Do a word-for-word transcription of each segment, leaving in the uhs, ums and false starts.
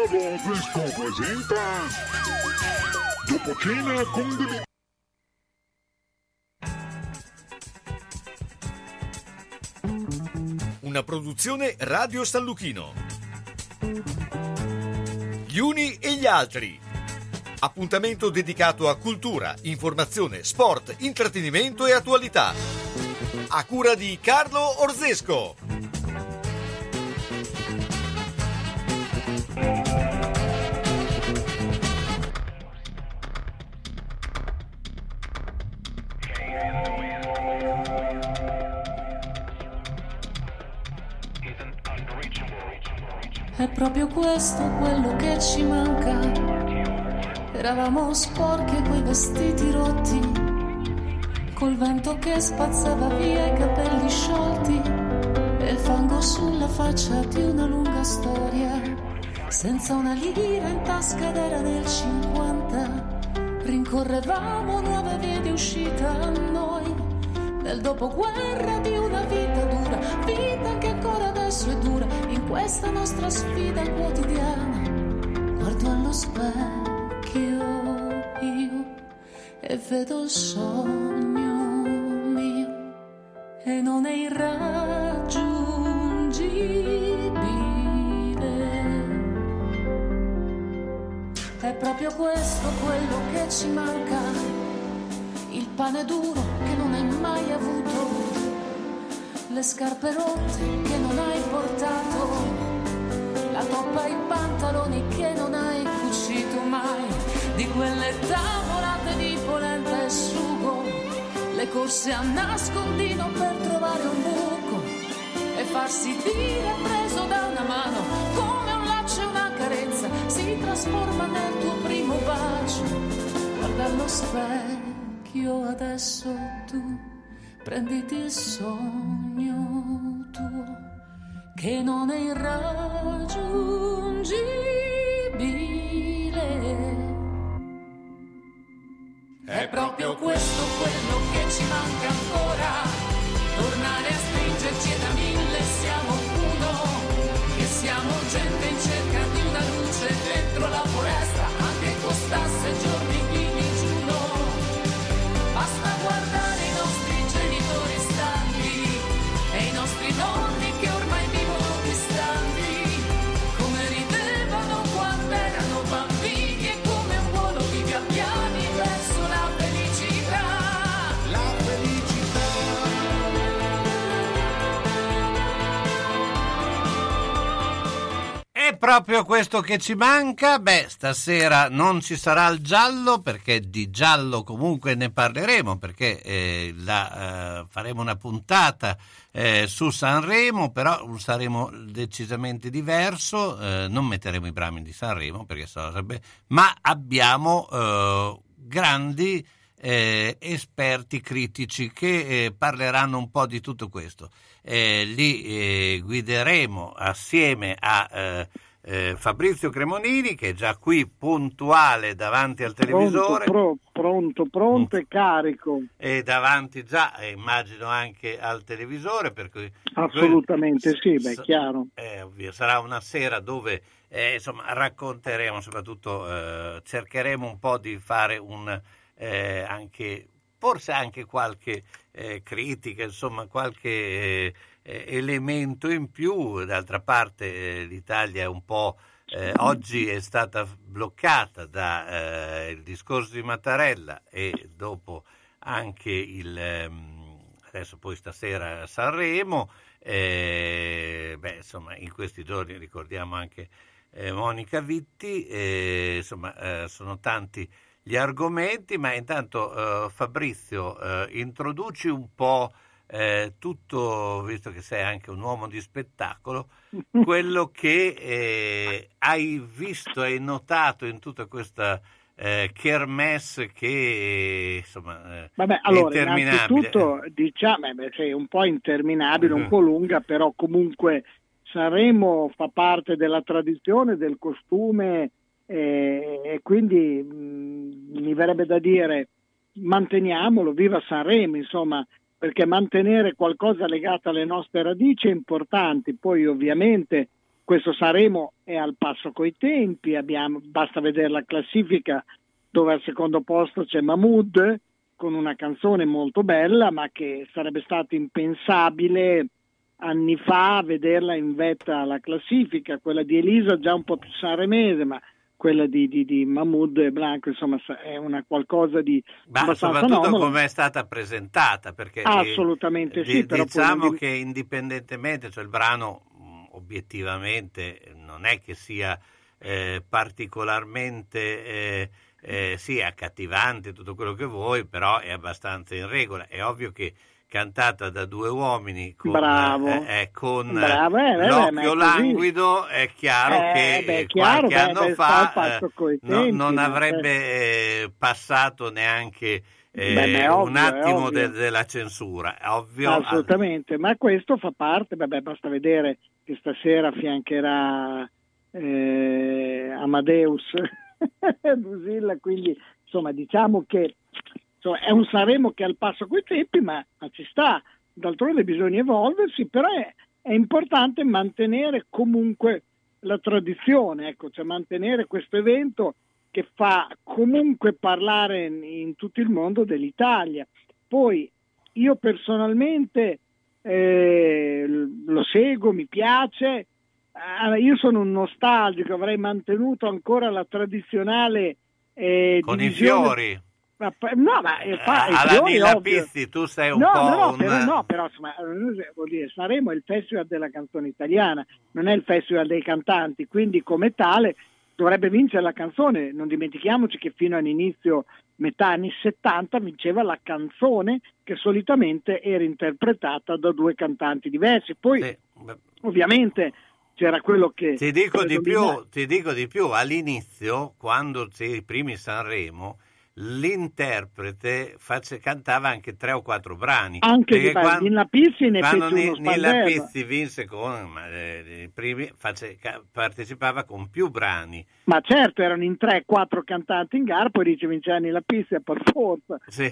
Orzesco presenta Dopo cena con deli... Una produzione Radio San Luchino. Gli uni e gli altri. Appuntamento dedicato a cultura, informazione, sport, intrattenimento e attualità. A cura di Carlo Orzesco. È proprio questo quello che ci manca. Eravamo sporchi e quei vestiti rotti, col vento che spazzava via i capelli sciolti e il fango sulla faccia di una lunga storia. Senza una lira in tasca ed era nel cinquanta. Rincorrevamo nuove vie di uscita a noi, nel dopoguerra di una vita dura, vita che ancora adesso è dura. In questa nostra sfida quotidiana guardo allo specchio io e vedo il sogno mio e non è irraggiungibile. È proprio questo quello che ci manca, il pane duro che non hai mai avuto, le scarpe rotte che non hai portato, la toppa e i pantaloni che non hai cucito mai, di quelle tavolate di polenta e sugo, le corse a nascondino per trovare un buco e farsi dire preso da una mano come un laccio e una carezza si trasforma nel tuo primo bacio. Guarda allo specchio adesso tu, prenditi il sogno tuo che non è irraggiungibile. È proprio questo quello che ci manca ancora, tornare a stringerci e da mille siamo uno, che siamo gente in cerca di una luce dentro la foresta, anche costasse giorni di digiuno. Basta guardare i nostri genitori stanchi e i nostri nonni che ormai vivono distanti, come ridevano quando erano bambini e come un volo di gabbiani verso la felicità. La felicità. È proprio questo che ci manca. Beh, stasera non ci sarà il giallo, perché di giallo comunque ne parleremo, perché eh, la, eh, faremo una puntata eh, su Sanremo, però saremo decisamente diverso, eh, non metteremo i brani di Sanremo perché sarebbe, ma abbiamo eh, grandi eh, esperti critici che eh, parleranno un po' di tutto questo. Eh, li eh, guideremo assieme a eh, eh, Fabrizio Cremonini, che è già qui puntuale davanti al televisore, pronto, pro, pronto, pronto e carico, e davanti già eh, immagino anche al televisore, per cui assolutamente que- sì, beh, è chiaro. È ovvio, sarà una sera dove eh, insomma racconteremo, soprattutto eh, cercheremo un po' di fare un eh, anche forse anche qualche eh, critica, insomma qualche eh, eh, elemento in più. D'altra parte eh, l'Italia è un po' eh, oggi è stata bloccata da eh, il discorso di Mattarella e dopo anche il ehm, adesso poi stasera a Sanremo, eh, beh insomma in questi giorni ricordiamo anche eh, Monica Vitti, eh, insomma eh, sono tanti gli argomenti, ma intanto eh, Fabrizio eh, introduci un po' eh, tutto, visto che sei anche un uomo di spettacolo, quello che eh, hai visto, hai notato in tutta questa eh, kermesse che insomma eh, Vabbè, è allora, interminabile. innanzitutto diciamo, beh, sì, un po' interminabile, un po' lunga, però comunque Sanremo fa parte della tradizione, del costume, e, e quindi mh, mi verrebbe da dire manteniamolo, viva Sanremo, insomma, perché mantenere qualcosa legato alle nostre radici è importante. Poi ovviamente questo Sanremo è al passo coi tempi, abbiamo, basta vedere la classifica dove al secondo posto c'è Mahmood con una canzone molto bella, ma che sarebbe stato impensabile anni fa vederla in vetta alla classifica. Quella di Elisa già un po' più sanremese, ma quella di, di, di Mahmood e Blanco insomma è una qualcosa di ma abbastanza soprattutto anomalo. come è stata presentata, perché assolutamente eh, sì, di, diciamo non... che indipendentemente, cioè il brano mh, obiettivamente non è che sia eh, particolarmente eh, eh, sì, accattivante, tutto quello che vuoi, però è abbastanza in regola. È ovvio che cantata da due uomini con, Bravo. Eh, eh, con Bravo, eh, l'occhio beh, languido, è chiaro eh, che beh, chiaro, qualche beh, anno beh, fa eh, coi no, tempi, non no? avrebbe eh, passato neanche eh, beh, beh, ovvio, un attimo de- della censura, è ovvio. Assolutamente, ma questo fa parte, vabbè, basta vedere che stasera affiancherà eh, Amadeus Busilla, quindi insomma diciamo che insomma, è un Sanremo che è al passo coi tempi, ma, ma ci sta, d'altronde bisogna evolversi, però è, è importante mantenere comunque la tradizione, ecco, cioè mantenere questo evento che fa comunque parlare in, in tutto il mondo dell'Italia. Poi io personalmente eh, lo seguo, mi piace, eh, io sono un nostalgico, avrei mantenuto ancora la tradizionale eh, con divisione... i fiori. Ma, no, ma eh, fa, alla Nilla ovvio. Pizzi tu sei un no, po' no, no, un... però, no, però insomma, vuol dire, Sanremo è il festival della canzone italiana, non è il festival dei cantanti, quindi come tale dovrebbe vincere la canzone. Non dimentichiamoci che fino all'inizio, metà anni settanta, vinceva la canzone che solitamente era interpretata da due cantanti diversi. Poi sì. ovviamente c'era quello che... Ti dico di predominava. più, ti dico di più, all'inizio, quando c'è i primi Sanremo, l'interprete face, cantava anche tre o quattro brani. Anche di quando, Nilla Pizzi ne quando fece uno Nilla Spaldello. Pizzi vinse con ma, eh, i primi, face, partecipava con più brani. Ma certo, erano in tre quattro cantanti in gara, poi dice vincere Nilla Pizzi per forza. Sì.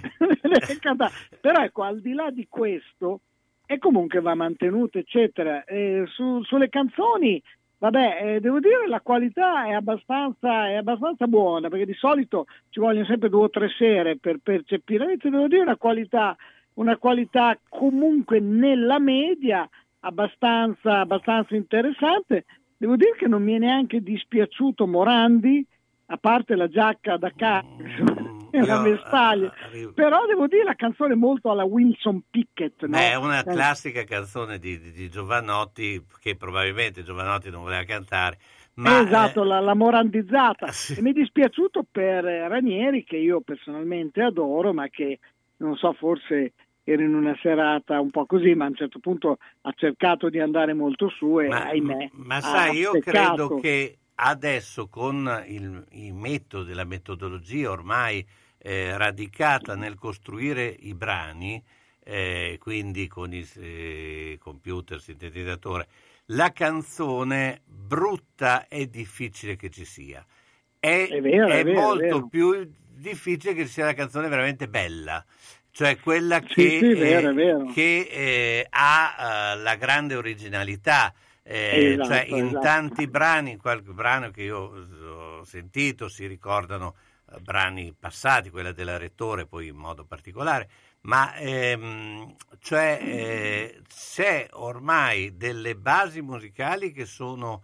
Però ecco, al di là di questo, e comunque va mantenuto, eccetera. Eh, su, sulle canzoni, vabbè, eh, devo dire la qualità è abbastanza, è abbastanza buona, perché di solito ci vogliono sempre due o tre sere per percepire. Invece devo dire una qualità, una qualità comunque nella media abbastanza, abbastanza interessante. Devo dire che non mi è neanche dispiaciuto Morandi, a parte la giacca da cacca. Una vestaglia, però devo dire la canzone molto alla Wilson Pickett, no? Beh, è una classica canzone di, di, di Giovanotti, che probabilmente Giovanotti non voleva cantare, ma esatto, eh... la, la morandizzata. Sì. E mi è dispiaciuto per Ranieri, che io personalmente adoro, ma che non so, forse era in una serata un po' così, ma a un certo punto ha cercato di andare molto su e ma, ahimè ma sai, io peccato. credo che adesso con il, i metodi, la metodologia ormai eh, radicata nel costruire i brani, eh, quindi con i eh, computer, sintetizzatori, la canzone brutta è difficile che ci sia. È, è, vero, è, è vero, molto è vero. più difficile che ci sia la canzone veramente bella, cioè quella sì, che, sì, vero, eh, è vero. che eh, ha uh, la grande originalità. Eh, esatto, cioè in esatto. tanti brani, qualche brano che io ho sentito si ricordano uh, brani passati, quella della Rettore poi in modo particolare, ma ehm, cioè eh, c'è ormai delle basi musicali che sono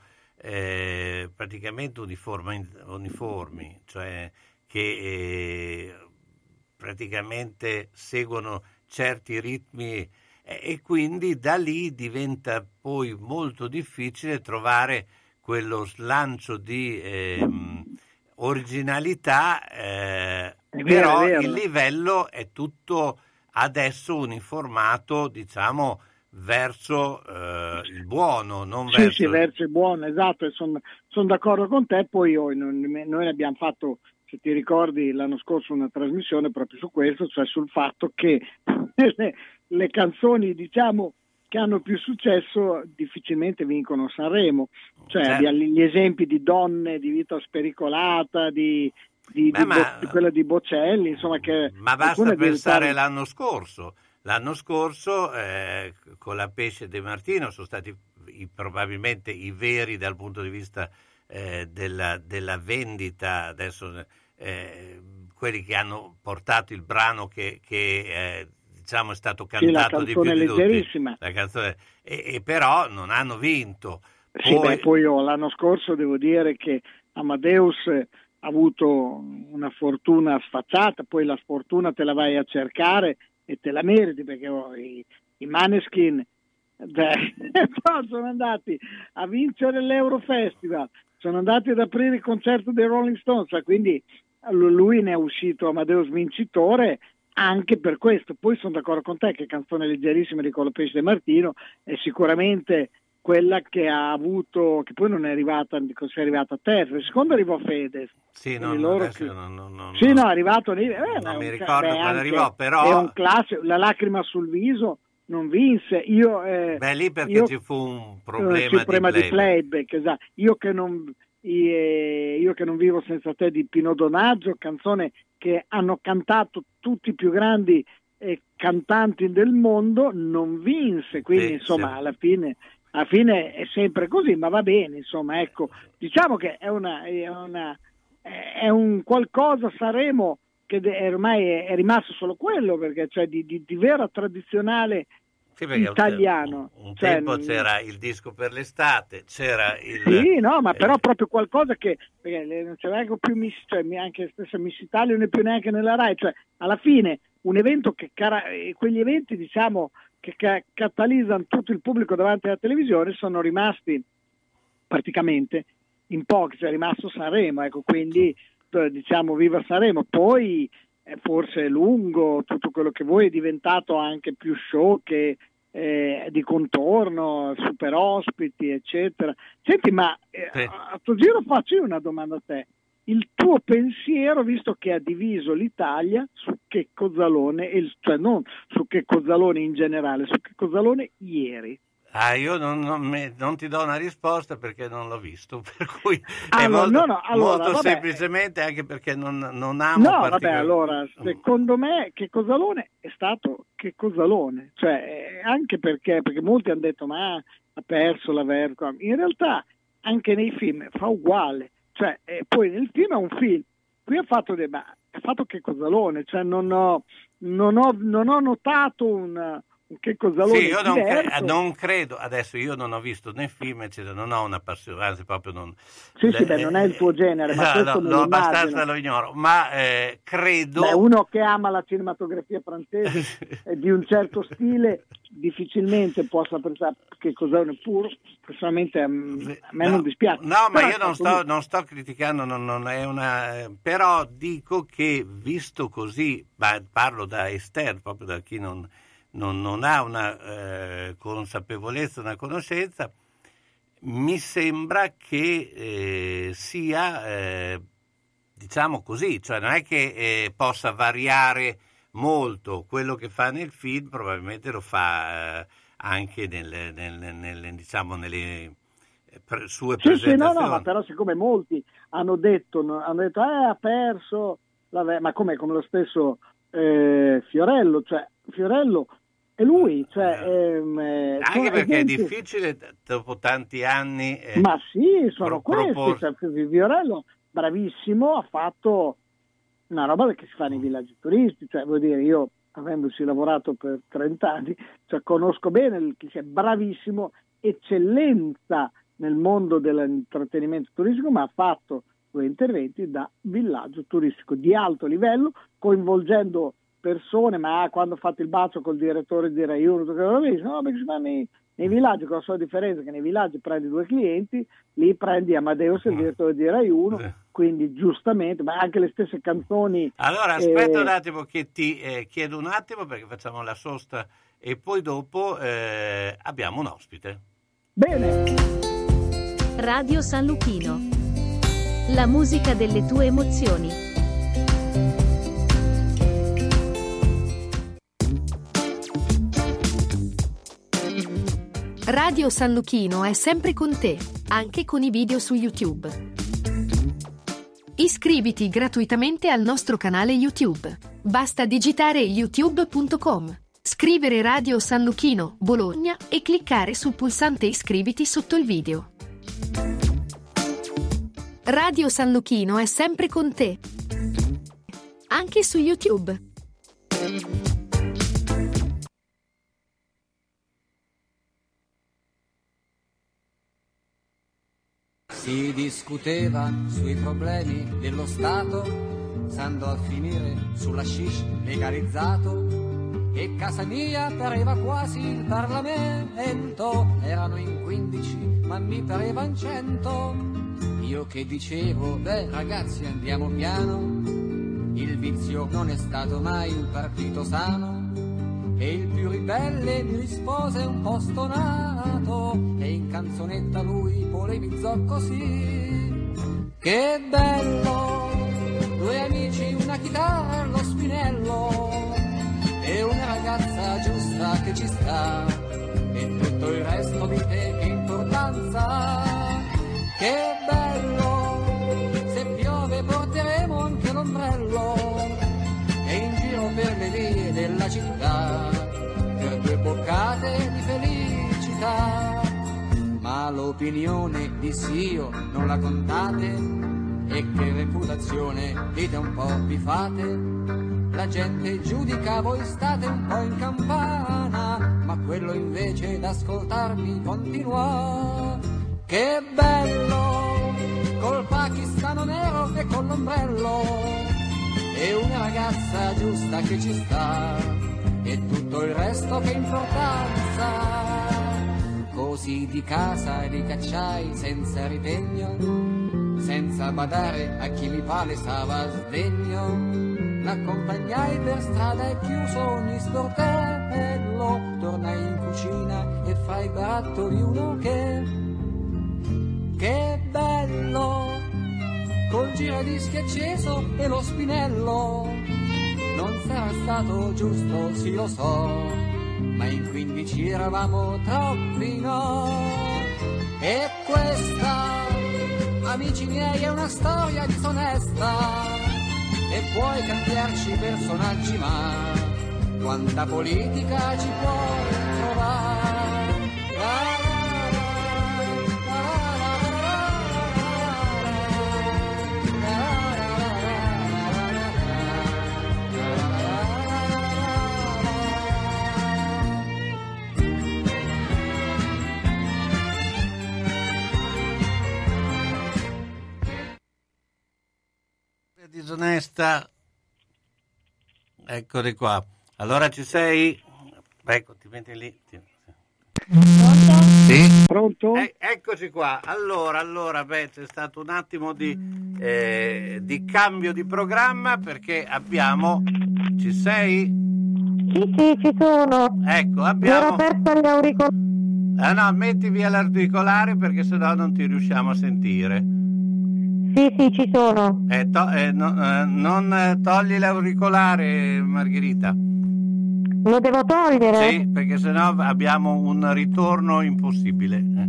eh, praticamente uniformi, uniformi, cioè che eh, praticamente seguono certi ritmi. E quindi da lì diventa poi molto difficile trovare quello slancio di eh, originalità, eh, vero, però vero. il livello è tutto adesso uniformato, diciamo, verso eh, il buono, non sì, verso... Sì, verso il buono, esatto, e sono son d'accordo con te. Poi io, noi abbiamo fatto, se ti ricordi, l'anno scorso una trasmissione proprio su questo, cioè sul fatto che le, le canzoni, diciamo, che hanno più successo difficilmente vincono Sanremo, cioè certo. Gli esempi di Donne, di Vita Spericolata, di, di, Beh, di, ma, Bo, quella di Bocelli, insomma, che ma basta pensare diventare... l'anno scorso. L'anno scorso eh, con la Pesce De Martino sono stati i, probabilmente i veri dal punto di vista eh, della, della vendita, adesso eh, quelli che hanno portato il brano che, che eh, diciamo è stato cantato sì, di più di tutti, la canzone, e, e però non hanno vinto. Sì, poi, beh, poi io l'anno scorso devo dire che Amadeus ha avuto una fortuna sfacciata, poi la sfortuna te la vai a cercare e te la meriti, perché oh, i, i Maneskin beh, sono andati a vincere l'Eurofestival, sono andati ad aprire il concerto dei Rolling Stones, quindi lui ne è uscito Amadeus vincitore anche per questo. Poi sono d'accordo con te che Canzone leggerissima di Colapesce De Martino è sicuramente quella che ha avuto, che poi non è arrivata, dico, se è arrivata a terza, il secondo arrivò Fedez. Sì, no, loro che... non, non, non, sì, no, è arrivato lì, eh, non mi cioè, ricordo beh, quando arrivò, però è un classico, La lacrima sul viso non vinse. Io eh, beh, lì perché io, ci fu un problema, eh, sì, problema di, di playback, esatto. Io che non io che non vivo senza te di Pino Donaggio, canzone che hanno cantato tutti i più grandi eh, cantanti del mondo, non vinse, quindi sì, insomma sì. alla fine alla fine è sempre così, ma va bene, insomma, ecco, diciamo che è una è, una, è un qualcosa, Sanremo, che ormai è, è rimasto solo quello, perché cioè di, di, di vera tradizionale sì, italiano. Un, un cioè, tempo c'era il disco per l'estate, c'era il... Sì, no, ma eh, però proprio qualcosa che... perché non c'è neanche più Miss, cioè, anche stessa Miss Italia non è più neanche nella Rai, cioè alla fine un evento che... Cara, quegli eventi, diciamo, che ca- catalizzano tutto il pubblico davanti alla televisione sono rimasti praticamente in pochi, cioè è rimasto Sanremo, ecco, quindi diciamo viva Sanremo. Poi eh, forse è lungo, tutto quello che vuoi, è diventato anche più show che eh, di contorno, super ospiti, eccetera. Senti, ma eh, sì. a tuo giro faccio io una domanda a te. Il tuo pensiero, visto che ha diviso l'Italia, su Checco Zalone, cioè non su Checco Zalone in generale, su Checco Zalone ieri. Ah, io non, non, me, non ti do una risposta perché non l'ho visto, per cui allora, è molto, no, no, allora, molto vabbè. semplicemente anche perché non, non amo no, particolar- vabbè, allora, secondo me Checco Zalone è stato Checco Zalone, cioè anche perché, perché molti hanno detto ma ha perso la Verco, in realtà anche nei film fa uguale, cioè eh, poi nel film è un film, qui ha fatto dei, ma ha fatto Checco Zalone, cioè non ho, non ho, non ho notato un... Checco Zalone sì, io non, cre- non credo, adesso io non ho visto né film eccetera, non ho una passione, anzi proprio non... Sì, le, sì, beh, non è il tuo genere, ma no, questo no, me lo abbastanza immagino. lo ignoro, ma eh, credo... Beh, uno che ama la cinematografia francese e di un certo stile difficilmente possa pensare che cos'è, pur personalmente a me no, non dispiace. No, ma però, io non sto, non sto criticando, non, non è una... Eh, però dico che visto così, ma parlo da esterno, proprio da chi non... Non, non ha una eh, consapevolezza, una conoscenza, mi sembra che eh, sia, eh, diciamo così, cioè non è che eh, possa variare molto quello che fa nel film, probabilmente lo fa eh, anche nelle, nelle, nelle, diciamo, nelle pre- sue sì, presentazioni. Sì, no, no, ma però siccome molti hanno detto, hanno detto eh, ha perso, la ve-", ma come, come lo stesso eh, Fiorello, cioè Fiorello è lui, cioè ehm, anche perché gente... è difficile dopo tanti anni eh, ma sì, sono pro- questi, cioè, Fiorello bravissimo, ha fatto una roba che si fa nei villaggi turistici, cioè vuol dire, io avendoci lavorato per trenta anni, cioè conosco bene il che è bravissimo, eccellenza nel mondo dell'intrattenimento turistico, ma ha fatto due interventi da villaggio turistico di alto livello, coinvolgendo persone, ma quando ho fatto il bacio col direttore di Rai uno, no, perché si fa nei, nei villaggi, con la sola differenza che nei villaggi prendi due clienti, lì prendi Amadeus, il direttore di Rai uno, sì. Quindi giustamente, ma anche le stesse canzoni. Allora aspetta eh... un attimo che ti eh, chiedo un attimo perché facciamo la sosta e poi dopo eh, abbiamo un ospite. Bene. Radio San Luchino, la musica delle tue emozioni. Radio San Luchino è sempre con te, anche con i video su YouTube. Iscriviti gratuitamente al nostro canale YouTube. Basta digitare youtube punto com. scrivere Radio San Luchino, Bologna e cliccare sul pulsante iscriviti sotto il video. Radio San Luchino è sempre con te, anche su YouTube. Si discuteva sui problemi dello Stato, s'andò a finire sulla hashish legalizzato, e casa mia pareva quasi il Parlamento. Erano in quindici, ma mi parevan cento. Io che dicevo, beh ragazzi andiamo piano, il vizio non è stato mai un partito sano. E il più ribelle mi rispose un po' stonato, e in canzonetta lui polemizzò così: che bello, due amici, una chitarra, lo spinello, e una ragazza giusta che ci sta, e tutto il resto di te che importanza. Che bello, se piove porteremo anche l'ombrello, e in giro per le vie della città per due boccate di felicità. Ma l'opinione dissi io non la contate, e che reputazione dite un po' vi fate. La gente giudica, voi state un po' in campana, ma quello invece d'ascoltarmi continuò. Che bello, col pakistano nero e con l'ombrello, e una ragazza giusta che ci sta, e tutto il resto che importanza. Così di casa ricacciai senza ritegno, senza badare a chi mi palesava sdegno. L'accompagnai per strada e chiuso ogni sportello, tornai in cucina e fra i barattoli uno che... Che bello, col giradischi acceso e lo spinello. Non sarà stato giusto, sì lo so, ma in quindici eravamo troppi, no? E questa, amici miei, è una storia disonesta, e puoi cambiarci personaggi, ma quanta politica ci puoi trovare? Disonesta, eccoli qua. Allora ci sei? Ecco, ti metti lì. Pronto? Sì? Pronto? Eh, eccoci qua. Allora, allora, beh, c'è stato un attimo di, eh, di cambio di programma, perché abbiamo. Ci sei? Sì, sì, ci sono. Ecco, abbiamo. Mi ero perso gli auricolari. Ah no, metti via l'auricolare perché sennò non ti riusciamo a sentire. Sì, sì, ci sono. Eh, to- eh, no, eh, non togli l'auricolare, Margherita. Lo devo togliere? Sì, perché sennò abbiamo un ritorno impossibile. Eh.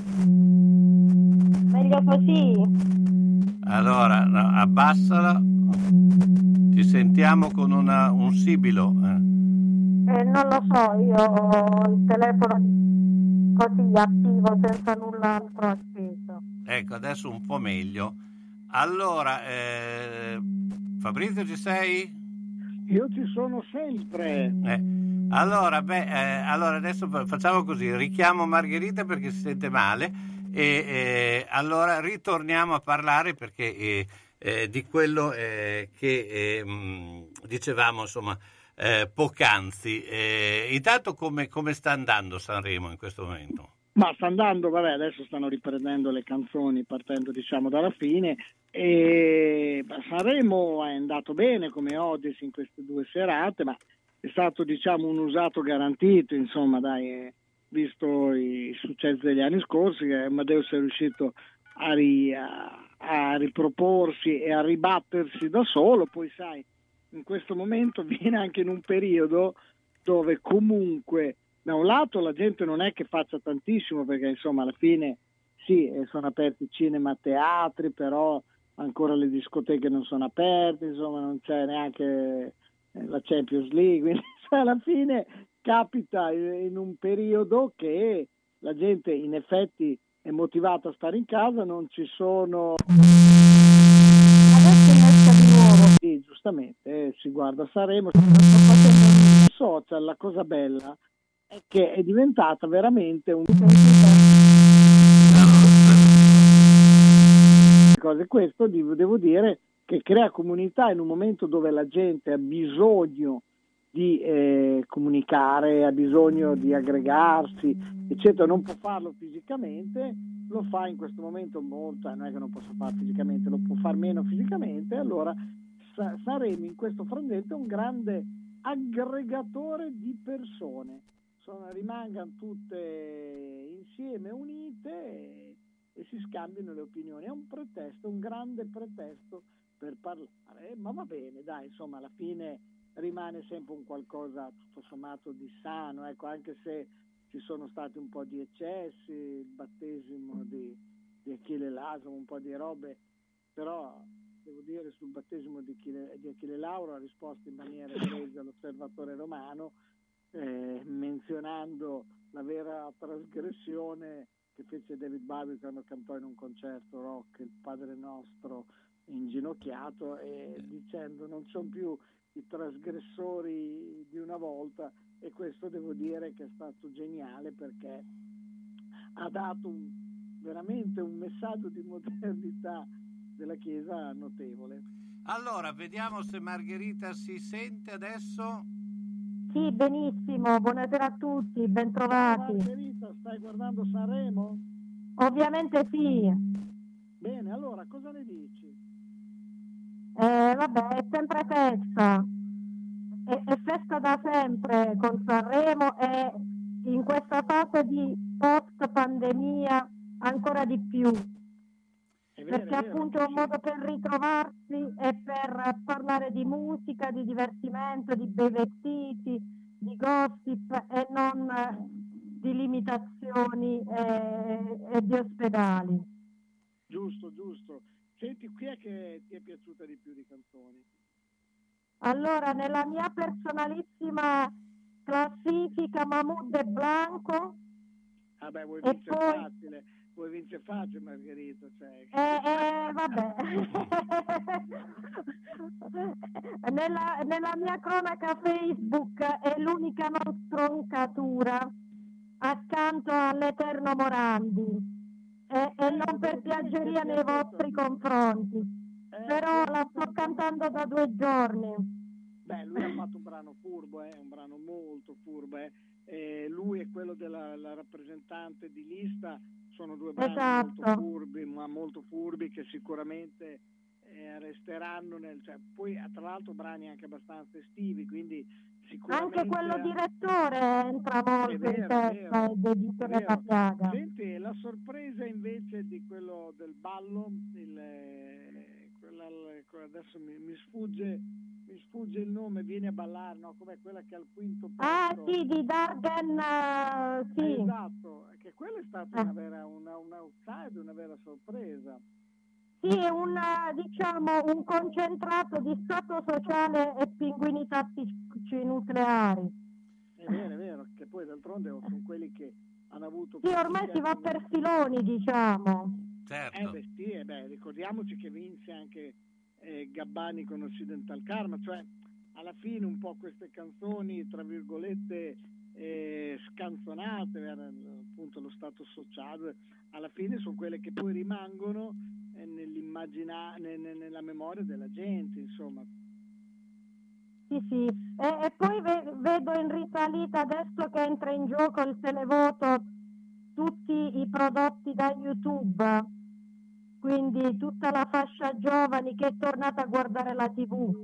Meglio così. Allora, no, abbassala. Ti sentiamo con una, un sibilo. Eh. Eh, non lo so, io ho il telefono così attivo senza null'altro acceso. Ecco, adesso un po' meglio. Allora, eh, Fabrizio, ci sei? Io ci sono sempre. Eh, allora, beh, eh, allora adesso facciamo così, richiamo Margherita perché si sente male e eh, allora ritorniamo a parlare perché eh, eh, di quello eh, che eh, mh, dicevamo, insomma, eh, poc'anzi. Eh, intanto come, come sta andando Sanremo in questo momento? Ma sta andando, vabbè, adesso stanno riprendendo le canzoni partendo diciamo dalla fine, e Sanremo è andato bene come Odyssey in queste due serate, ma è stato diciamo un usato garantito, insomma dai, visto i successi degli anni scorsi, che Amadeus è riuscito a, ri, a, a riproporsi e a ribattersi da solo. Poi sai, in questo momento viene anche in un periodo dove comunque da un lato la gente non è che faccia tantissimo, perché insomma alla fine sì, sono aperti cinema, teatri, però ancora le discoteche non sono aperte, insomma non c'è neanche la Champions League, quindi alla fine capita in un periodo che la gente in effetti è motivata a stare in casa, non ci sono... Adesso innesca di nuovo. Sì, giustamente, eh, si guarda Sanremo, sto facendo i social, la cosa bella è che è diventata veramente un... cose. Questo devo dire che crea comunità in un momento dove la gente ha bisogno di eh, comunicare, ha bisogno di aggregarsi, eccetera, non può farlo fisicamente, lo fa in questo momento molto, non è che non possa farlo fisicamente, lo può far meno fisicamente, allora sa- saremo in questo frangente un grande aggregatore di persone, Sono, rimangano tutte insieme, unite e, e si scambiano le opinioni. È un pretesto, un grande pretesto per parlare, ma va bene, dai, insomma, alla fine rimane sempre un qualcosa tutto sommato di sano, ecco, anche se ci sono stati un po' di eccessi, il battesimo di, di Achille Lauro, un po' di robe, però devo dire sul battesimo di Achille, di Achille Lauro ha risposto in maniera egregia l'Osservatore Romano, eh, menzionando la vera trasgressione che fece David Bowie quando cantò in un concerto rock il Padre Nostro inginocchiato, e dicendo non sono più i trasgressori di una volta, e questo devo dire che è stato geniale perché ha dato un, veramente un messaggio di modernità della Chiesa notevole. Allora, vediamo se Margherita si sente adesso. Sì, benissimo, buonasera a tutti, bentrovati. Margherita, stai guardando Sanremo? Ovviamente sì. Bene, allora cosa ne dici? Eh, vabbè, è sempre festa, è, è festa da sempre con Sanremo, e in questa fase di post pandemia ancora di più, È vero, perché è vero, appunto è un sì. modo per ritrovarsi e per parlare di musica, di divertimento, di bei vestiti, di gossip e non di limitazioni e, e di ospedali. Giusto, giusto. Senti, qui è che ti è piaciuta di più di canzoni? Allora, nella mia personalissima classifica, Mahmood e Blanco. Ah beh, vuoi E vincere poi- facile, vuoi vincere facile Margherita, cioè. Eh, eh, vabbè. nella, nella mia cronaca Facebook è l'unica non stroncatura accanto all'Eterno Morandi, e, e non per piaggeria nei vostri confronti, Eh, però sì, la sto cantando da due giorni. Beh, lui ha fatto un brano furbo, eh, un brano molto furbo, eh. Eh, lui e quello della la rappresentante di lista sono due brani Esatto. molto furbi, ma molto furbi che sicuramente eh, resteranno nel, cioè, poi tra l'altro brani anche abbastanza estivi, quindi sicuramente Anche quello direttore entra molto È vero, in è testa vero, e dedito è nella vero. piaga. Senti, la sorpresa invece di quello del ballo, il, eh, quella, quella- adesso mi, mi sfugge mi sfugge il nome, vieni a ballare, no? Com'è quella che al quinto posto? Ah sì, di Dargen, eh, Eh, sì. esatto, che quella è stata Eh. una vera, una, un outside, una vera sorpresa. Sì, è un, eh, diciamo, un concentrato di stato sociale e pinguini tattici nucleari. È vero, è vero, che poi d'altronde sono quelli che hanno avuto... Sì, ormai si va per filoni, diciamo. Certo. Eh beh, sì, eh beh, ricordiamoci che vinse anche eh, Gabbani con Occidental Karma, cioè alla fine un po' queste canzoni, tra virgolette, eh, scanzonate, era appunto lo stato sociale, alla fine sono quelle che poi rimangono eh, nell'immagina- ne- ne- nella memoria della gente, insomma. Sì, sì. E, e poi ve- vedo in risalita, adesso che entra in gioco il televoto, tutti i prodotti da YouTube, quindi tutta la fascia giovani che è tornata a guardare la tivù.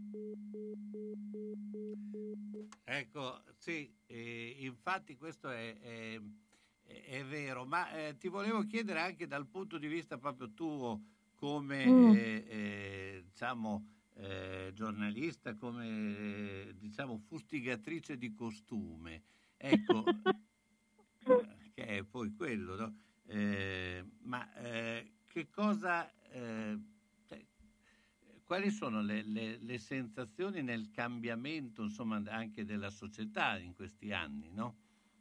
Ecco, sì, eh, infatti questo è, è, è vero, ma eh, ti volevo chiedere anche dal punto di vista proprio tuo come Mm. eh, eh, diciamo eh, giornalista, come eh, diciamo fustigatrice di costume, ecco, che è poi quello, no? Eh, ma eh, che cosa, eh, cioè, quali sono le, le, le sensazioni nel cambiamento, insomma, anche della società in questi anni, no?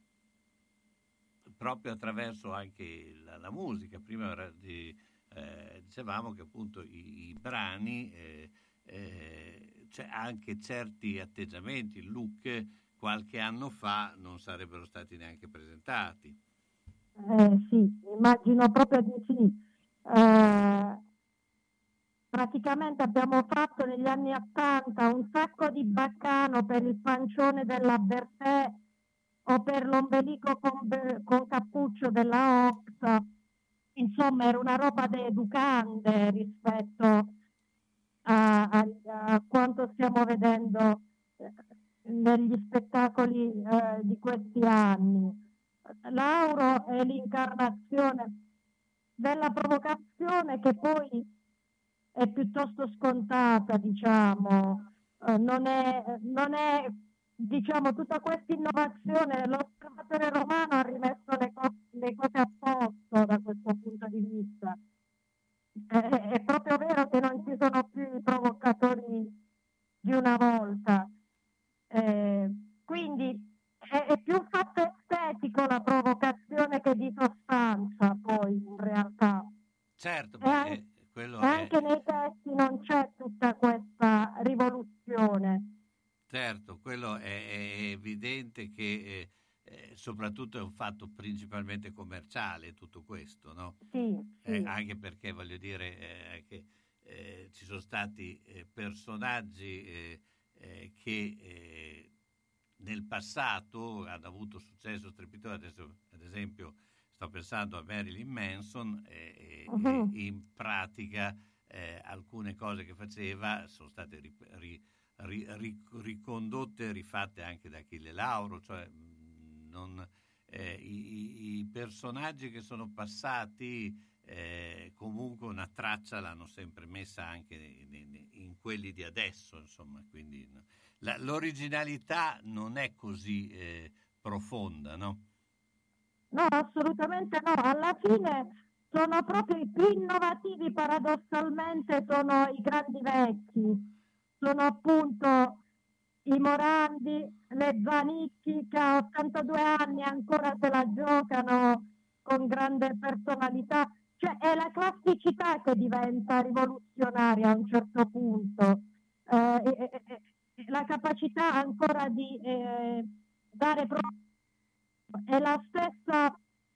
Proprio attraverso anche la, la musica. Prima di, eh, dicevamo che appunto i, i brani, eh, eh, c'è anche certi atteggiamenti, il look qualche anno fa non sarebbero stati neanche presentati. Eh, sì, immagino proprio di sì. Eh, praticamente abbiamo fatto negli anni ottanta un sacco di baccano per il pancione della Bertè o per l'ombelico con, con cappuccio della Ox. Insomma, era una roba da educande rispetto a, a, a quanto stiamo vedendo negli spettacoli eh, di questi anni. Lauro è l'incarnazione della provocazione, che poi è piuttosto scontata, diciamo, eh, non è, non è diciamo, tutta questa innovazione. L'osservatore romano ha rimesso le, co- le cose a posto da questo punto di vista. Eh, è proprio vero che non ci sono più i provocatori di una volta. Eh, quindi è, è più un fatto estetico la provocazione che di sostanza, poi in realtà. Certo, e anche, quello e anche è... nei testi non c'è tutta questa rivoluzione. Certo, quello è, è evidente che eh, eh, soprattutto è un fatto principalmente commerciale tutto questo, no? Sì, sì. Eh, anche perché voglio dire eh, che eh, ci sono stati eh, personaggi eh, eh, che eh, nel passato hanno avuto successo strepitoso. Adesso, ad esempio, sto pensando a Marilyn Manson e, uh-huh. e in pratica eh, alcune cose che faceva sono state ri, ri, ri, ri, ricondotte, rifatte anche da Achille Lauro, cioè non, eh, i, i personaggi che sono passati eh, comunque una traccia l'hanno sempre messa anche in, in quelli di adesso, insomma, quindi no. La, l'originalità non è così eh, profonda, no? No, assolutamente no. Alla fine sono proprio i più innovativi, paradossalmente, sono i grandi vecchi. Sono appunto i Morandi, le Zanicchi, che a ottantadue anni ancora se la giocano con grande personalità. Cioè è la classicità che diventa rivoluzionaria a un certo punto. Eh, e, e, e, la capacità ancora di eh, dare pro- è la stessa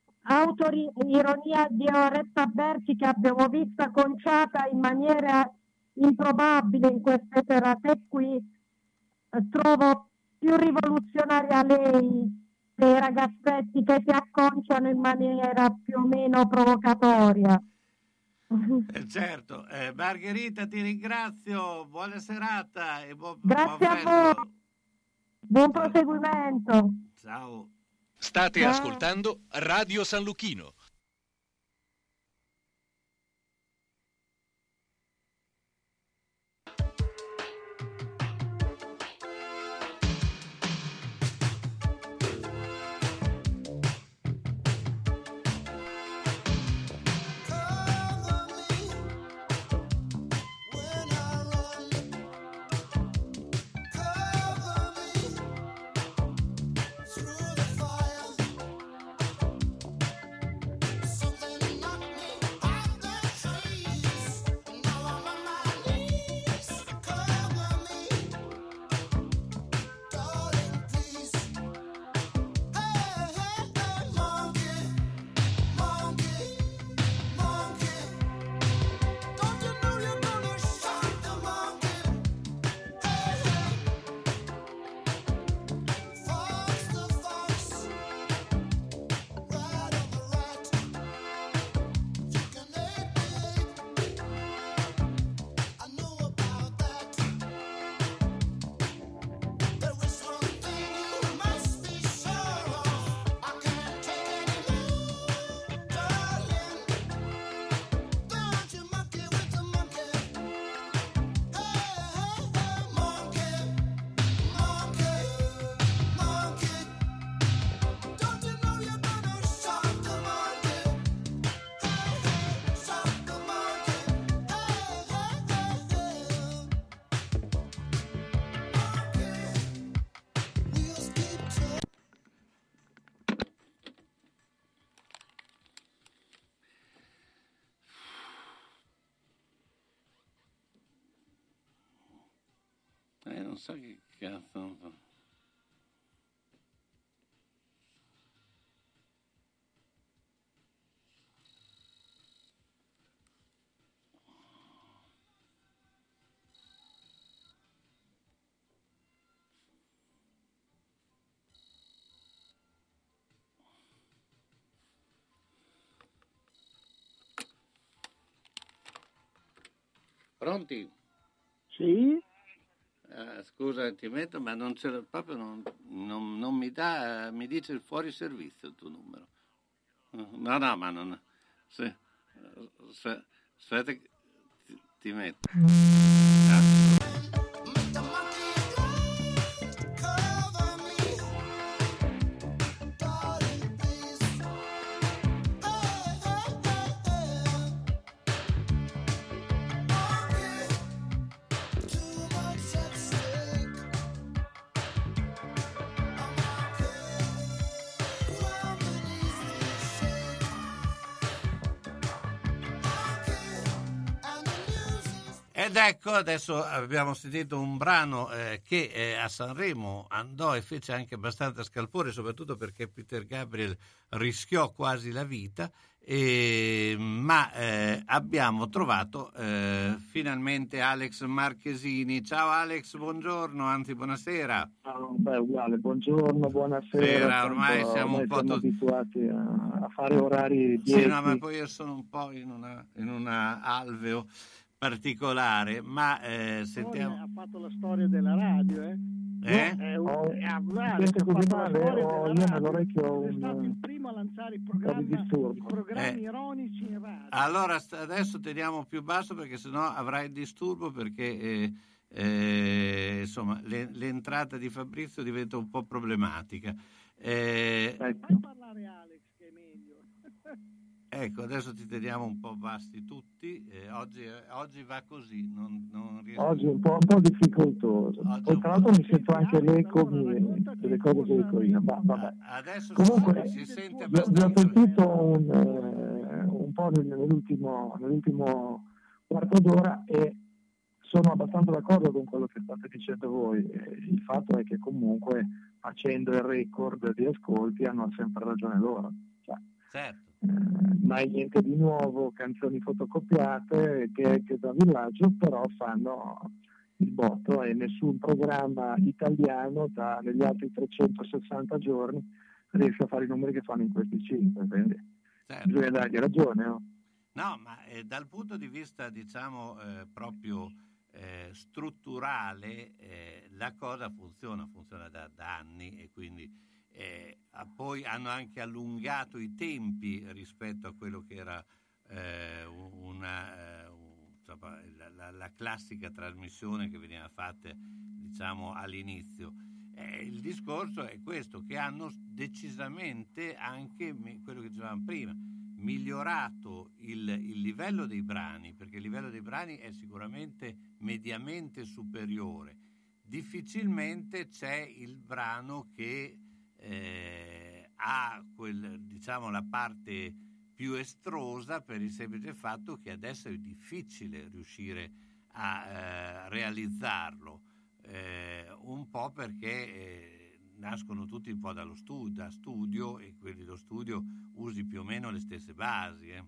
autoironia di Oretta Berti che abbiamo visto conciata in maniera improbabile in queste serate qui. Eh, trovo più rivoluzionaria lei dei ragazzetti che si acconciano in maniera più o meno provocatoria. Eh, certo, eh, Margherita, ti ringrazio, buona serata e buon Grazie buon a voi, buon proseguimento. Ciao. State Ciao. Ascoltando Radio San Lucchino. non so che cazzo. Pronti? Sì? Uh, scusa, ti metto, ma non ce l'ho, proprio non, non, non mi dà, uh, mi dice il fuori servizio il tuo numero. Uh, no, no, ma non. Se, se, aspetta, che ti, ti metto. Ah. Ed ecco, adesso abbiamo sentito un brano eh, che eh, a Sanremo andò e fece anche abbastanza scalpore, soprattutto perché Peter Gabriel rischiò quasi la vita, e, ma eh, abbiamo trovato eh, finalmente Alex Marchesini. Ciao Alex, buongiorno, anzi buonasera. Oh, beh, uguale, buongiorno, buonasera. Sera, ormai Tanto, siamo un po' siamo tutti abituati a, a fare orari dieci. Sì, no, ma poi io sono un po' in una, in una alveo particolare, ma eh, sentiamo. Ha fatto la storia della radio, eh? Eh? No, è un, Oh, è a sente così male, ho io nell'orecchio ho è stato il un, primo a lanciare i un po' di programmi, i disturbo. programmi Eh. ironici in radio. Allora st- adesso teniamo più basso perché sennò avrai il disturbo, perché eh, eh, insomma le- l'entrata di Fabrizio diventa un po' problematica. Eh, Fai parlare Alex, che è meglio. ecco, adesso ti teniamo un po' bassi tutti. Eh, oggi, eh, oggi va così, non, non riesco. Oggi è un po', un po' difficoltoso. Oggi Poi un tra po'. l'altro mi sento anche l'eco mi- delle cose che dico io. Ma, vabbè. Adesso Comunque, si, si sente vi ho, vi ho abbastanza. sentito un, eh, un po' nell'ultimo, nell'ultimo quarto d'ora e sono abbastanza d'accordo con quello che state dicendo voi. Eh, Il fatto è che comunque facendo il record di ascolti hanno sempre ragione loro. Cioè, Certo. eh, mai niente di nuovo, canzoni fotocopiate che, che da villaggio, però fanno il botto e nessun programma italiano da, negli altri trecentosessanta giorni riesce a fare i numeri che fanno in questi cinque, quindi Certo. bisogna dargli ragione. No? No, ma eh, dal punto di vista, diciamo, eh, proprio eh, strutturale, eh, la cosa funziona, funziona da, da anni, e quindi eh, ah, poi hanno anche allungato i tempi rispetto a quello che era eh, una, eh, un- insomma, la, la- la classica trasmissione che veniva fatta, diciamo, all'inizio. Eh, il discorso è questo, che hanno decisamente anche mi- quello che dicevamo prima, migliorato il, il livello dei brani, perché il livello dei brani è sicuramente mediamente superiore. Difficilmente c'è il brano che eh, ha quel, diciamo, la parte più estrosa, per il semplice fatto che adesso è difficile riuscire a eh, realizzarlo, eh, un po' perché eh, nascono tutti un po' dallo studio, da studio, e quelli dello studio usi più o meno le stesse basi. Eh.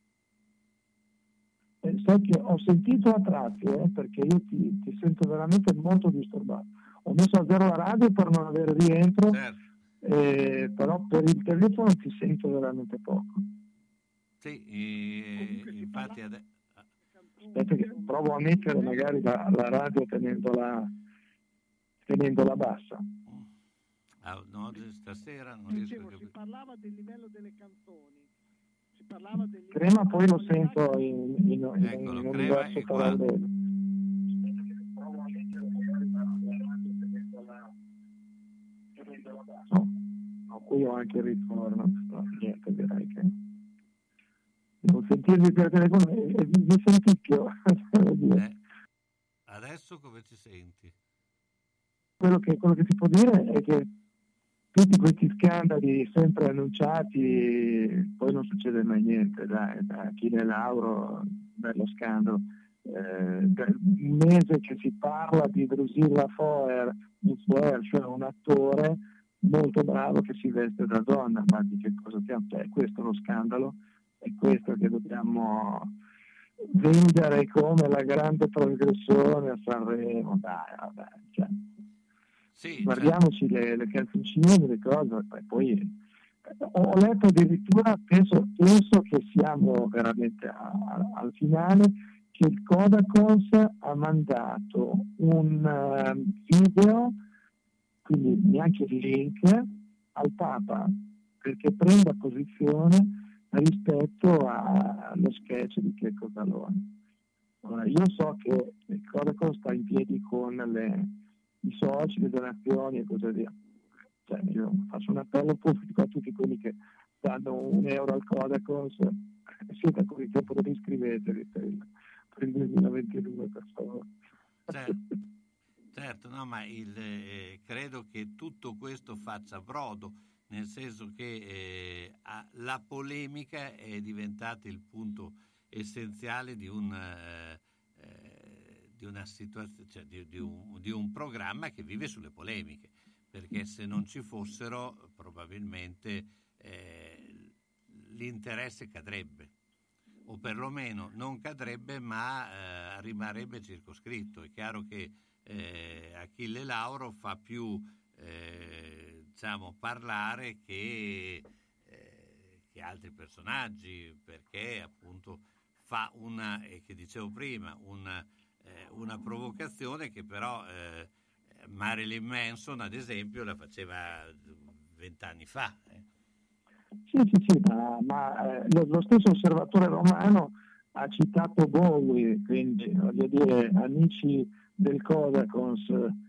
Eh, sai che ho sentito a tratti, eh, perché io ti, ti sento veramente molto disturbato. Ho messo a zero la radio per non avere rientro, Certo. eh, però per il telefono ti sento veramente poco. Sì, eh, infatti ade- Aspetta che provo a mettere magari la, la radio tenendola, tenendola bassa. ah, no, stasera non riesco a Dicevo, si capire. parlava del livello delle canzoni, si parlava del Crema poi lo sento in, in, in, in Eccolo, un Crema universo è qua. parallelo. No, no, qui ho anche il ritorno, no, niente, direi che devo sentirvi per telefono e, e vi, vi senticchio. Devo dire. Eh, adesso come ci senti? Quello che, quello che si può dire è che tutti questi scandali sempre annunciati, poi non succede mai niente, dai, da Achille Lauro, bello scandalo, eh, per un mese che si parla di Drusilla Foer, cioè un attore molto bravo che si veste da donna, ma di che cosa stiamo? Cioè, è questo lo scandalo, è questo che dobbiamo vendere come la grande trasgressione a Sanremo, dai, vabbè, cioè, sì, guardiamoci certo. le, le canzoncine, le cose, e poi ho letto addirittura, penso, penso che siamo veramente a, a, al finale, che il Codacons ha mandato un uh, video, quindi neanche il link, al Papa perché prenda posizione rispetto a, allo sketch di Checco Zalone. Ora, io so che il Codacons sta in piedi con le, i soci, le donazioni e così via. Cioè, io faccio un appello pubblico a tutti quelli che danno un euro al Codacons, siete ancora in tempo di iscrivetevi per il, per il duemilaventidue, per favore. Certo, certo, no, ma il, eh, credo che tutto questo faccia brodo, nel senso che eh, la polemica è diventata il punto essenziale di un eh, eh, di una situazione, cioè di, di, un, di un programma che vive sulle polemiche, perché se non ci fossero probabilmente eh, l'interesse cadrebbe, o perlomeno non cadrebbe, ma eh, rimarrebbe circoscritto. È chiaro che eh, Achille Lauro fa più eh, diciamo parlare che, eh, che altri personaggi, perché appunto fa una, e che dicevo prima, una, eh, una provocazione che però eh, Marilyn Manson ad esempio la faceva vent'anni fa. Eh. Sì, sì, sì, ma, ma eh, lo, lo stesso osservatore romano ha citato Bowie, quindi voglio dire, amici del Codacons,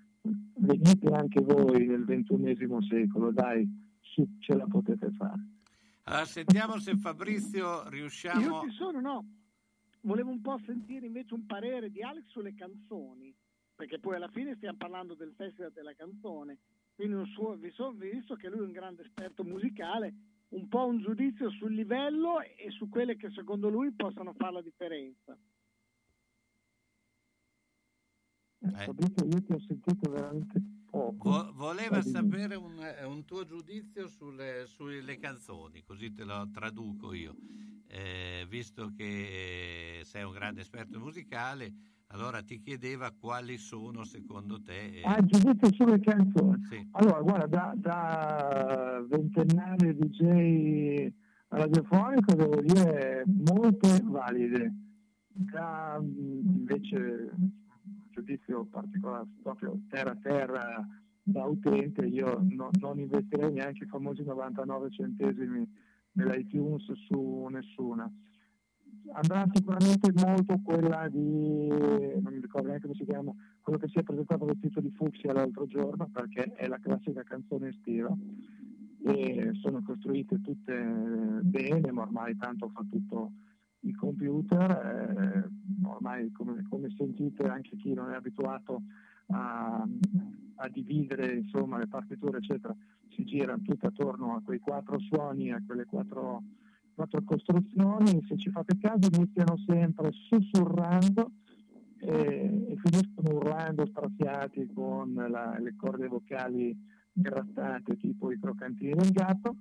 venite anche voi nel ventunesimo secolo, dai, su, ce la potete fare. Allora, sentiamo se Fabrizio riusciamo... Io ci sono, no, volevo un po' sentire invece un parere di Alex sulle canzoni, perché poi alla fine stiamo parlando del Festival della Canzone, quindi un suo, visto che lui è un grande esperto musicale, un po' un giudizio sul livello e su quelle che secondo lui possono fare la differenza. Eh. Fabrizio, io ti ho sentito veramente poco. Vo- voleva sapere un, un tuo giudizio sulle, sulle canzoni, così te lo traduco io. Eh, visto che sei un grande esperto musicale, allora ti chiedeva quali sono secondo te... Eh... Ah, giudizio sulle canzoni. Sì. Allora, guarda, da, da ventennale D J radiofonico devo dire molte valide. Da invece giudizio particolare, proprio terra a terra da utente, io no, non investirei neanche i famosi novantanove centesimi nell'iTunes su nessuna. Andrà sicuramente molto quella di, non mi ricordo neanche come si chiama, quello che si è presentato vestito di fucsia l'altro giorno, perché è la classica canzone estiva e sono costruite tutte bene, ma ormai tanto fa tutto il computer, eh, ormai come, come sentite anche chi non è abituato a, a dividere insomma le partiture eccetera, si girano tutte attorno a quei quattro suoni, a quelle quattro quattro costruzioni, se ci fate caso iniziano sempre sussurrando e, e finiscono urlando straziati con la, le corde vocali grattate tipo i crocantini del gatto,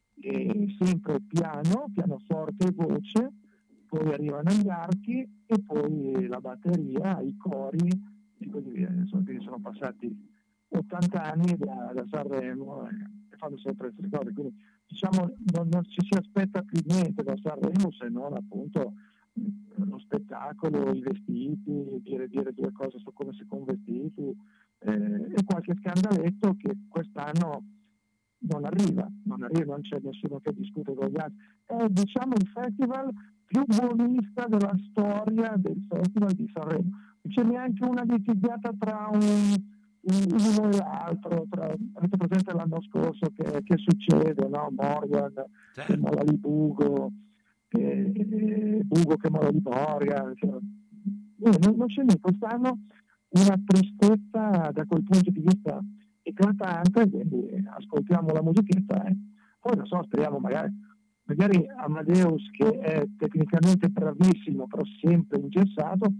e sempre piano, pianoforte e voce, poi arrivano gli archi e poi la batteria, i cori e così via. Insomma, quindi sono passati ottanta anni da, da Sanremo e fanno sempre queste cose, quindi diciamo non, non ci si aspetta più niente da Sanremo se non appunto lo spettacolo, i vestiti, dire, dire due cose su come si sono vestiti eh, e qualche scandaletto che quest'anno non arriva, non arriva, non c'è nessuno che discute con gli altri. È diciamo il festival più buonista della storia del Festival di Sanremo. Non c'è neanche una litigata tra un uno e l'altro, tra, avete presente l'anno scorso che, che succede, no? Morgan certo. che mola di Bugo, e, e Bugo che mola di Morgan, cioè, non, non c'è niente, quest'anno una tristezza da quel punto di vista eclatante, quindi ascoltiamo la musichetta e poi non so, speriamo magari, magari Amadeus che è tecnicamente bravissimo però sempre ingessato,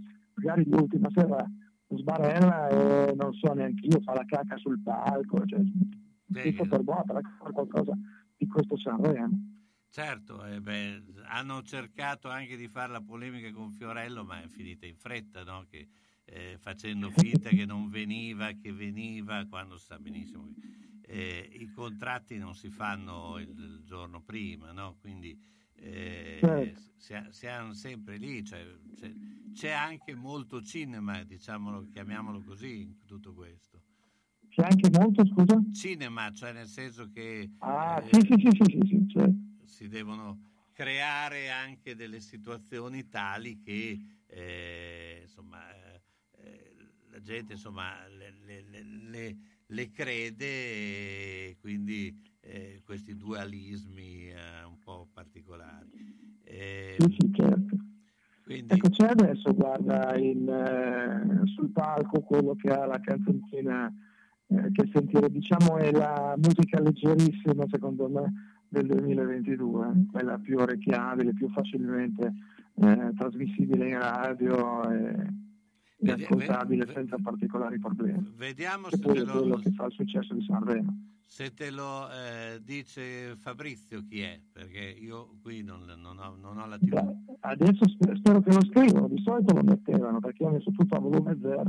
magari l'ultima sera sbarella e non so neanche io, fa la cacca sul palco, cioè, tutto per buono, per fare qualcosa di questo Sanremo. Certo, eh beh, hanno cercato anche di fare la polemica con Fiorello, ma è finita in fretta, no? Che, eh, facendo finta che non veniva, che veniva, quando si sa benissimo che eh, i contratti non si fanno il, il giorno prima, no? Quindi eh, certo. si, siamo sempre lì, cioè, c'è, c'è anche molto cinema, diciamolo, chiamiamolo così, in tutto questo. C'è anche molto, scusa? Cinema, cioè nel senso che ah, eh, sì, sì, sì, sì, sì, sì, certo. si devono creare anche delle situazioni tali che eh, insomma eh, la gente insomma le, le, le, le crede, e quindi eh, questi dualismi eh, un po' particolari. Eh, sì, sì, certo. Quindi... Ecco, c'è adesso, guarda, il, eh, sul palco quello che ha la canzoncina eh, che sentire, diciamo, è la musica leggerissima, secondo me, del duemilaventidue, quella più orecchiabile, più facilmente eh, trasmissibile in radio e, e ascoltabile senza particolari problemi. Vediamo che se poi te è lo, quello che fa il successo di Sanremo. Se te lo eh, dice Fabrizio chi è, perché io qui non, non, ho, non ho la tivù. Beh, adesso spero, spero che lo scrivano, di solito lo mettevano perché ho messo tutto a volume zero.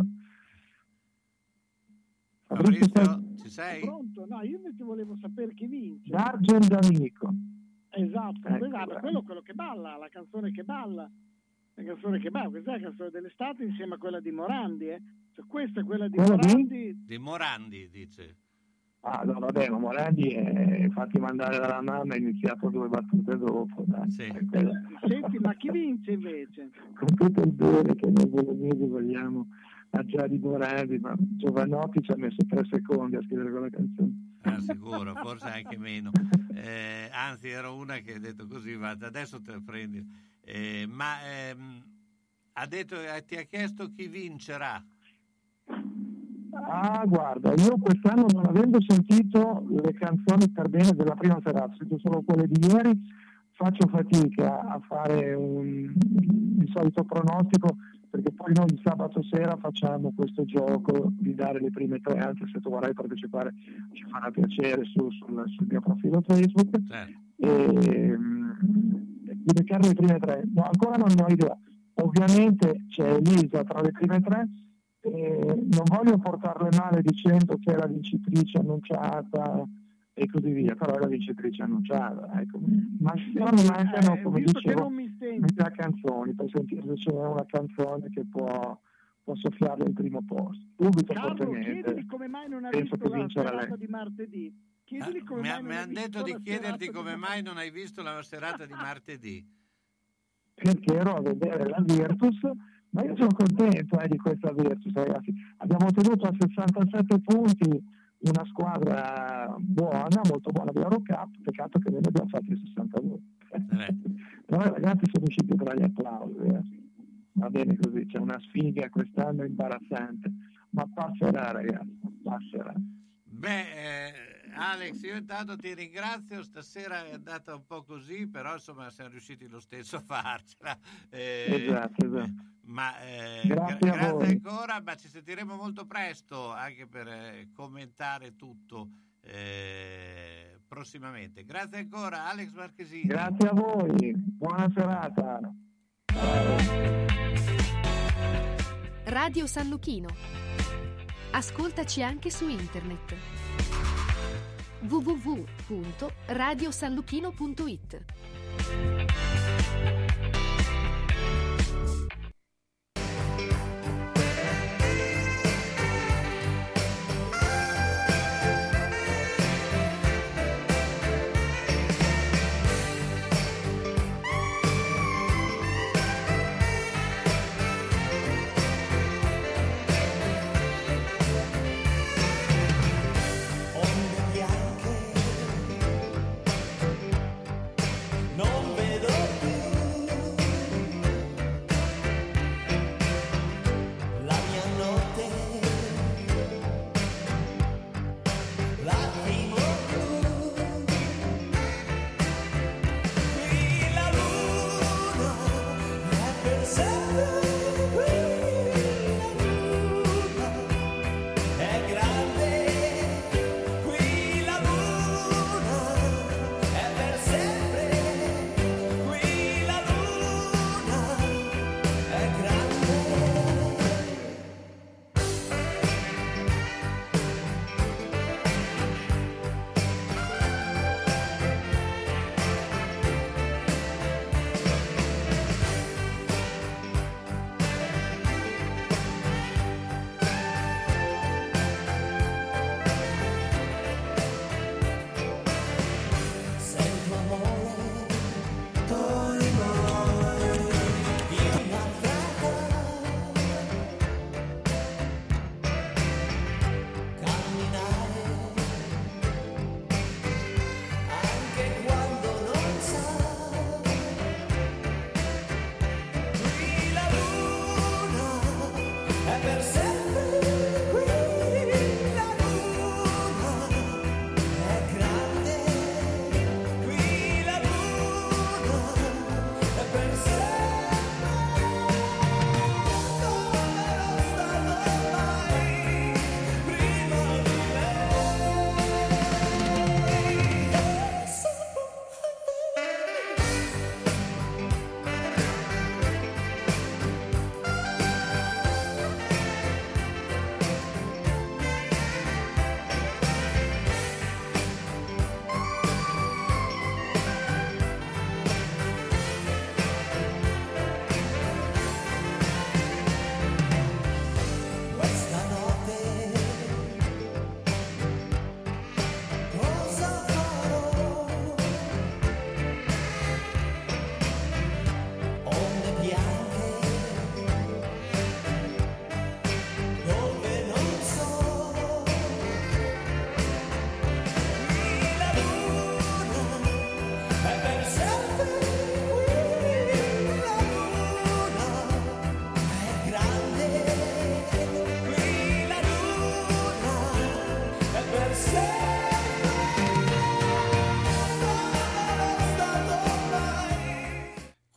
Fabrizio, Fabrizio ci sei? Pronto? No, io invece volevo sapere chi vince. D'Argent D'Amico. Esatto, ecco, esatto. Quello, quello che balla, la canzone che balla, la canzone che balla, questa è la canzone dell'estate insieme a quella di Morandi, eh? Cioè, questa è quella di quella Morandi. Di? di Morandi, dice. Ah, no, vabbè, ma Morandi è fatti mandare dalla mamma, ha iniziato due battute dopo. Dai. Sì. Senti, ma chi vince invece? Con tutto il bene che noi bolognesi vogliamo a Gianni Morandi, ma Giovanotti ci ha messo tre secondi a scrivere quella canzone. Ah, sicuro, forse anche meno. Eh, anzi, ero una che ha detto così, va, adesso te la prendi. Eh, ma ehm, ha detto, eh, ti ha chiesto chi vincerà. Ah, guarda, io quest'anno, non avendo sentito le canzoni per bene della prima serata, ho sentito solo quelle di ieri, faccio fatica a fare un, il solito pronostico, perché poi noi il sabato sera facciamo questo gioco di dare le prime tre, anche se tu vorrai partecipare ci farà piacere su, sul, sul mio profilo Facebook, certo. e, di beccare le prime tre. No, ancora non ne ho idea. Ovviamente c'è Elisa tra le prime tre. Eh, non voglio portarle male dicendo che è la vincitrice annunciata e così via, però è la vincitrice annunciata, ecco. Ma mi mancano, come dicevo, metà canzoni, per sentire se c'è una canzone che può, può soffiarle il primo posto. Dubito fortemente. Chiedili come mai non ha Penso visto che la serata lei. di martedì. Chiedili come mi mai non mi hanno detto di chiederti come di... mai non hai visto la serata di martedì. Perché ero a vedere la Virtus, ma io sono contento eh, di questa Virtus, ragazzi. Abbiamo ottenuto a sessantasette punti una squadra buona, molto buona dell'Eurocup, peccato che noi ne abbiamo fatti sessantadue. Eh. Però i ragazzi sono usciti tra gli applausi. Eh. Va bene così, c'è una sfiga quest'anno imbarazzante, ma passerà, ragazzi, passerà. Beh, eh, Alex, io intanto ti ringrazio, stasera è andata un po' così, però insomma siamo riusciti lo stesso a farcela. Eh, esatto, esatto. Ma eh, grazie, gra- a voi. grazie ancora, ma ci sentiremo molto presto anche per eh, commentare tutto eh, prossimamente. Grazie ancora, Alex Marchesini. Grazie a voi, buona serata. Radio San Luchino. Ascoltaci anche su internet w w w punto radio san luchino punto i t. Non vedo più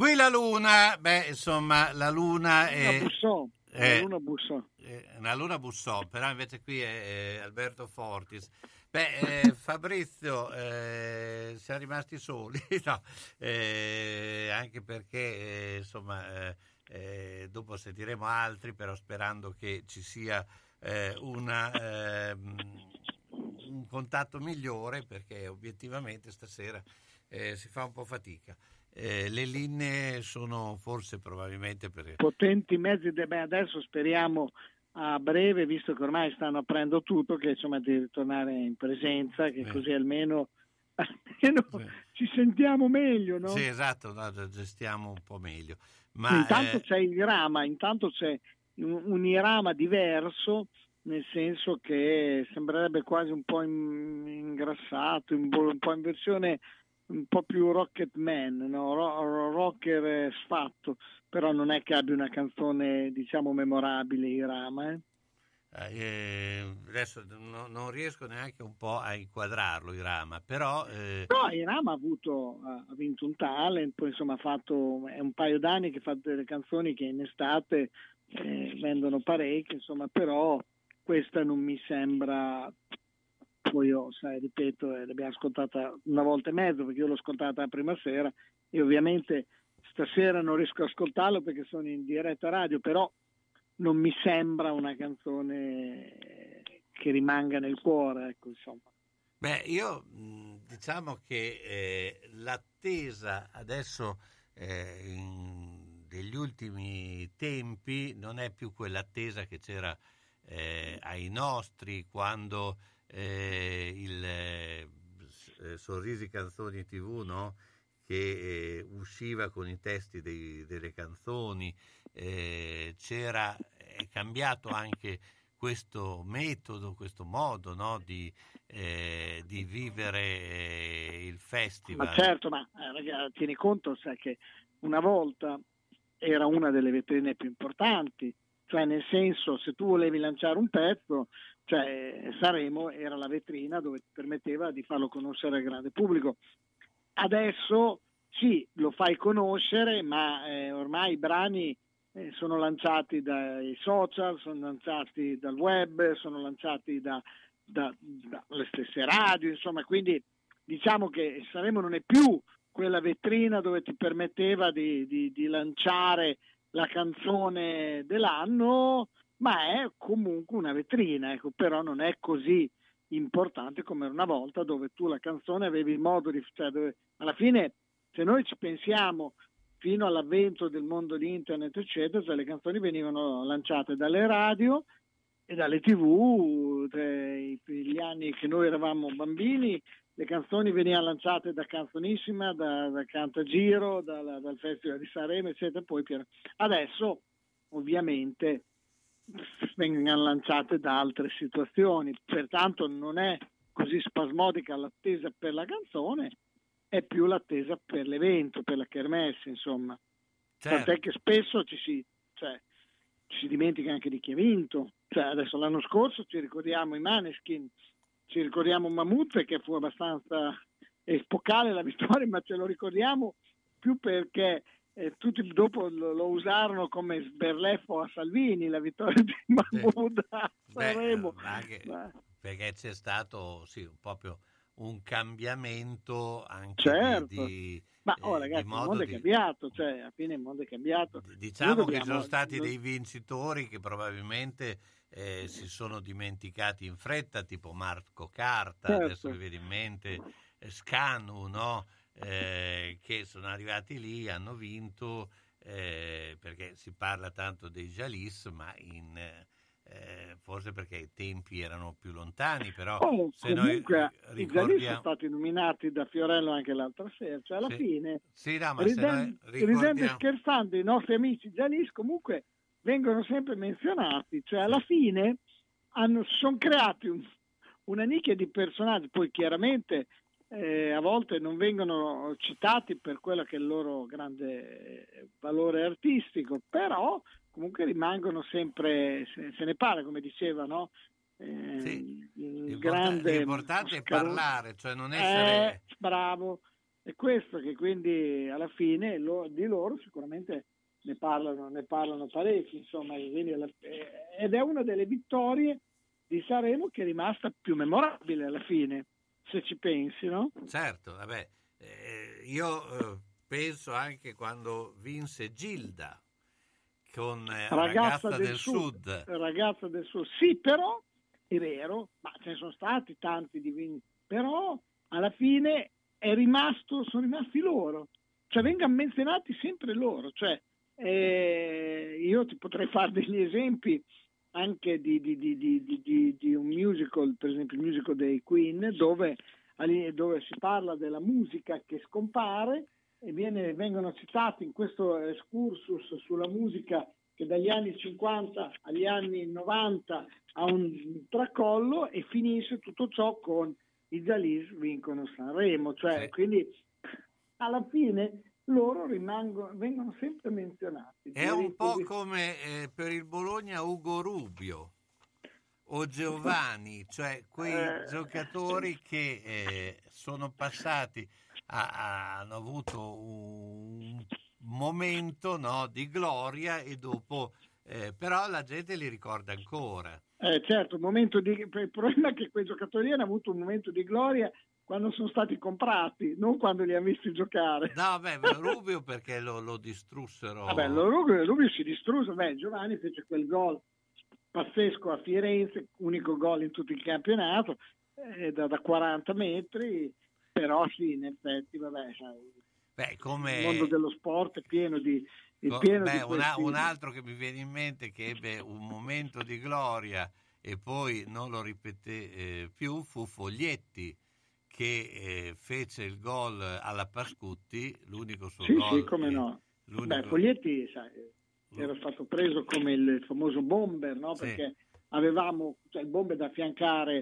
Qui la luna, beh, insomma, la luna è... bussò, è la luna bussò. La luna bussò, però invece qui è, è Alberto Fortis. Beh, eh, Fabrizio, eh, siamo rimasti soli, no, eh, anche perché, eh, insomma, eh, eh, dopo sentiremo altri, però sperando che ci sia eh, una, eh, un contatto migliore, perché obiettivamente stasera eh, si fa un po' fatica. Eh, le linee sono forse probabilmente per... potenti mezzi, de- beh, adesso speriamo a breve, visto che ormai stanno aprendo tutto, che insomma di ritornare in presenza, che eh. così almeno, almeno eh. ci sentiamo meglio, no? Sì, esatto, no, gestiamo un po' meglio. Ma intanto eh... c'è il Irama, intanto c'è un, un Irama diverso, nel senso che sembrerebbe quasi un po' in, ingrassato, in, un po' in versione un po' più Rocket Man, no? Ro- rocker sfatto, però non è che abbia una canzone, diciamo, memorabile Irama. Eh? Eh, adesso no, non riesco neanche un po' a inquadrarlo Irama, però... Eh... No, Irama ha, avuto, ha vinto un talent, poi insomma ha fatto, è un paio d'anni che fa delle canzoni che in estate eh, vendono parecchie, insomma, però questa non mi sembra... Poi io, sai, ripeto, eh, l'abbiamo ascoltata una volta e mezzo perché io l'ho ascoltata la prima sera e ovviamente stasera non riesco ad ascoltarlo perché sono in diretta radio, però non mi sembra una canzone che rimanga nel cuore, ecco, insomma. Beh, io diciamo che eh, l'attesa adesso eh, in, degli ultimi tempi non è più quell'attesa che c'era eh, ai nostri quando Eh, il eh, Sorrisi Canzoni tivù, no? Che eh, usciva con i testi dei, delle canzoni, eh, c'era, è cambiato anche questo metodo, questo modo, no? di, eh, di vivere eh, il festival. Ma certo, ma eh, ragazzi, tieni conto, sai che una volta era una delle vetrine più importanti, cioè nel senso, se tu volevi lanciare un pezzo, cioè Sanremo era la vetrina dove ti permetteva di farlo conoscere al grande pubblico. Adesso sì, lo fai conoscere, ma eh, ormai i brani eh, sono lanciati dai social, sono lanciati dal web, sono lanciati da, da, dalle stesse radio, insomma, quindi diciamo che Sanremo non è più quella vetrina dove ti permetteva di, di, di lanciare la canzone dell'anno, ma è comunque una vetrina, ecco, però non è così importante come una volta dove tu la canzone avevi modo di... Cioè dove, alla fine, se noi ci pensiamo fino all'avvento del mondo di internet, eccetera, cioè le canzoni venivano lanciate dalle radio e dalle tivù, gli anni che noi eravamo bambini, le canzoni venivano lanciate da Canzonissima, da, da Cantagiro, da, dal Festival di Sanremo, eccetera, poi adesso ovviamente vengono lanciate da altre situazioni, pertanto non è così spasmodica l'attesa per la canzone, è più l'attesa per l'evento, per la kermesse, insomma. Certo. Tant'è che spesso ci si, cioè, ci si dimentica anche di chi ha vinto, cioè adesso l'anno scorso ci ricordiamo i Maneskin, ci ricordiamo Mammoet che fu abbastanza epocale la vittoria, ma ce lo ricordiamo più perché Eh, tutti dopo lo, lo usarono come sberleffo a Salvini, la vittoria di Mahmood a Sanremo. Perché c'è stato sì, proprio un cambiamento anche certo. di, di ma oh, eh, ragazzi, il mondo di... è cambiato, cioè alla fine il mondo è cambiato. Diciamo dobbiamo... che sono stati dei vincitori che probabilmente eh, si sono dimenticati in fretta, tipo Marco Carta, certo. Adesso mi viene in mente eh, Scanu, no? Eh, che sono arrivati lì, hanno vinto, eh, perché si parla tanto dei Jalis, ma in, eh, forse perché i tempi erano più lontani, però oh, se comunque noi ricordiamo... i Jalis sono stati nominati da Fiorello anche l'altra sera, cioè alla sì. fine sì, no, ma ridendo, se ricordiamo... ridendo e scherzando i nostri amici Jalis comunque vengono sempre menzionati, cioè alla fine hanno, sono creati un, una nicchia di personaggi, poi chiaramente Eh, a volte non vengono citati per quello che è il loro grande valore artistico, però comunque rimangono sempre, se, se ne parla, come diceva, no? Eh, sì. il L'importa- grande l'importante è Scarone, parlare, cioè non essere eh, bravo, è questo, che quindi alla fine lo, di loro sicuramente ne parlano, ne parlano parecchi, insomma, quindi alla, ed è una delle vittorie di Sanremo che è rimasta più memorabile alla fine, se ci pensi, no? Certo, vabbè, eh, io eh, penso anche quando vinse Gilda con eh, Ragazza, Ragazza del, del Sud. Sud. Ragazza del Sud, sì, però è vero, ma ce ne sono stati tanti di vin- però alla fine è rimasto, sono rimasti loro, cioè vengono menzionati sempre loro, cioè eh, io ti potrei fare degli esempi anche di, di, di, di, di, di un musical, per esempio il musical dei Queen, dove, dove si parla della musica che scompare e viene, vengono citati in questo excursus sulla musica che dagli anni cinquanta agli anni novanta ha un tracollo e finisce tutto ciò con i Jalis vincono Sanremo, cioè sì. Quindi alla fine loro rimangono, vengono sempre menzionati. È un po' di... come eh, per il Bologna Ugo Rubio o Giovanni, cioè quei eh... giocatori che eh, sono passati, a, a, hanno avuto un momento, no, di gloria e dopo eh, però la gente li ricorda ancora. Eh, certo, un momento di... il problema è che quei giocatori hanno avuto un momento di gloria quando sono stati comprati, non quando li hanno visti giocare. No, beh, Rubio perché lo, lo distrussero. Vabbè, lo Rubio, Rubio si distrusse, beh, Giovanni fece quel gol pazzesco a Firenze, unico gol in tutto il campionato, eh, da, da quaranta metri, però sì, in effetti, vabbè, sai, beh, come... il mondo dello sport è pieno di... È Co- pieno beh, di una, un altro che mi viene in mente che ebbe un momento di gloria e poi non lo ripeté eh, più fu Foglietti, che eh, fece il gol alla Pascutti, l'unico suo sì, gol. Sì, come no. Beh, Foglietti, sai, era stato preso come il famoso bomber, no? Perché sì. avevamo cioè, il bomber da affiancare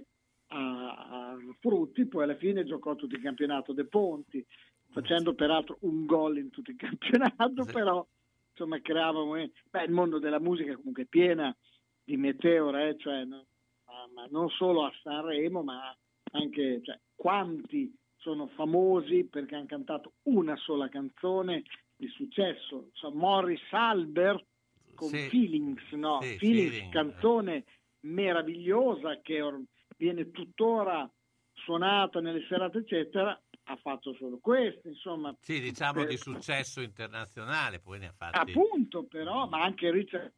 a, a Frutti, poi alla fine giocò tutto il campionato De Ponti, facendo sì. peraltro un gol in tutto il campionato, sì. però insomma creava un... Beh, il mondo della musica comunque è piena di meteore, eh? Cioè, no, ma, ma non solo a Sanremo, ma anche cioè, quanti sono famosi perché hanno cantato una sola canzone di successo. So, Morris Albert con sì. Feelings, no? Sì, Feelings, feeling. Canzone meravigliosa che or- viene tuttora suonata nelle serate eccetera, ha fatto solo questo, insomma. Sì, diciamo per... di successo internazionale, poi ne ha fatti. Appunto, però, ma anche Richard.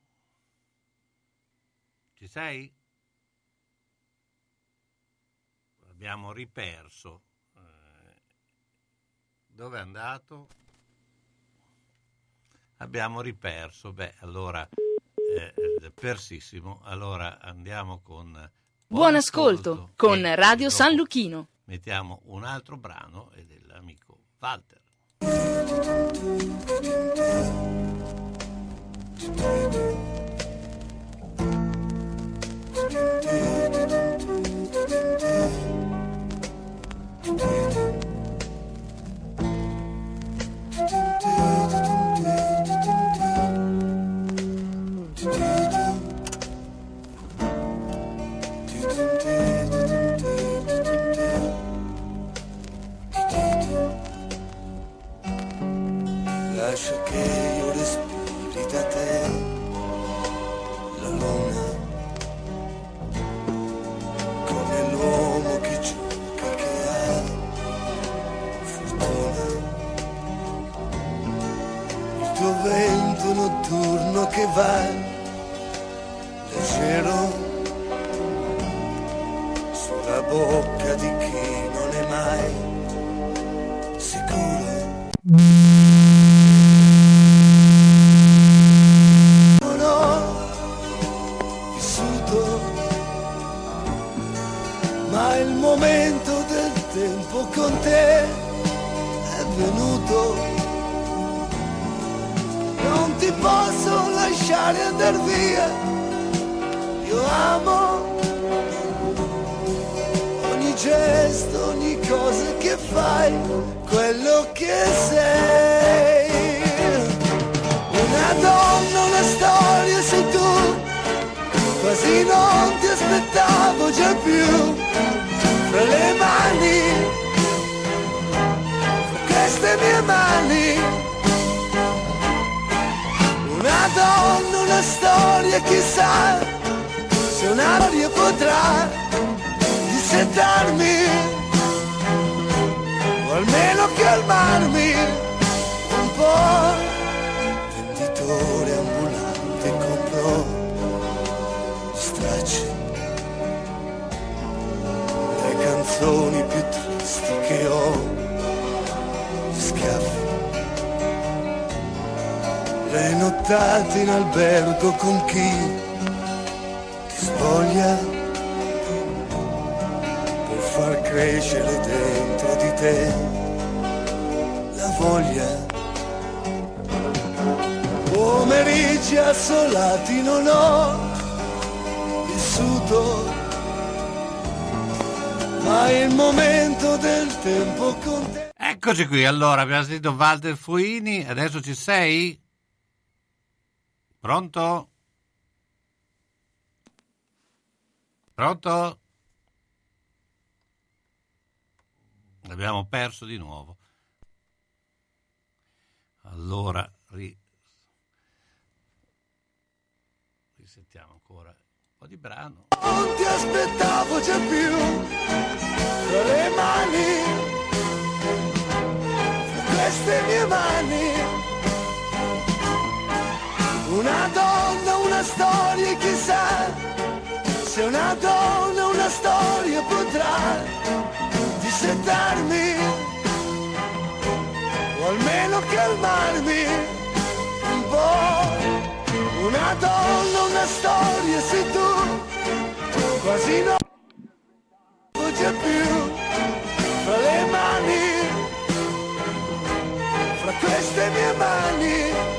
Ci sei? Abbiamo riperso. Eh, dove è andato? Abbiamo riperso. Beh, allora, eh, persissimo. Allora andiamo con... Buon, Buon ascolto, ascolto con Radio San Luchino. Mettiamo un altro brano e dell'amico Walter. Lascia che io respiri da te la luna, come l'uomo che gioca che ha fortuna, il tuo vento notturno che va leggero sulla bocca di chi non è mai sicuro. Non ho vissuto, ma il momento del tempo con te è venuto. Non ti posso lasciare andar via, io amo ogni gesto, ogni cosa che fai, quello che sei. Una donna, una storia sei tu, quasi non ti aspettavo già più. Fra le mani che queste mie mani. Una donna, una storia, chissà se una storia potrà dissetarmi o almeno calmarmi un po'. Venditore ambulante, compro stracci, le canzoni più tristi che ho, gli schiaffi, le nottate in albergo con chi ti spoglia per far crescere dentro di te la voglia. Pomeriggi assolati non ho vissuto, ma il momento del tempo con te. Eccoci qui, allora abbiamo sentito Walter Fuini, adesso ci sei? Pronto? Pronto? L'abbiamo perso di nuovo. Allora, ri... risentiamo ancora un po' di brano. Non ti aspettavo già più tra le mani, queste mie mani. Una donna, una storia, chissà se una donna, una storia potrà dissetarmi o almeno calmarmi un po'. Una donna, una storia, sei tu, quasi non c'è più fra le mani, fra queste mie mani.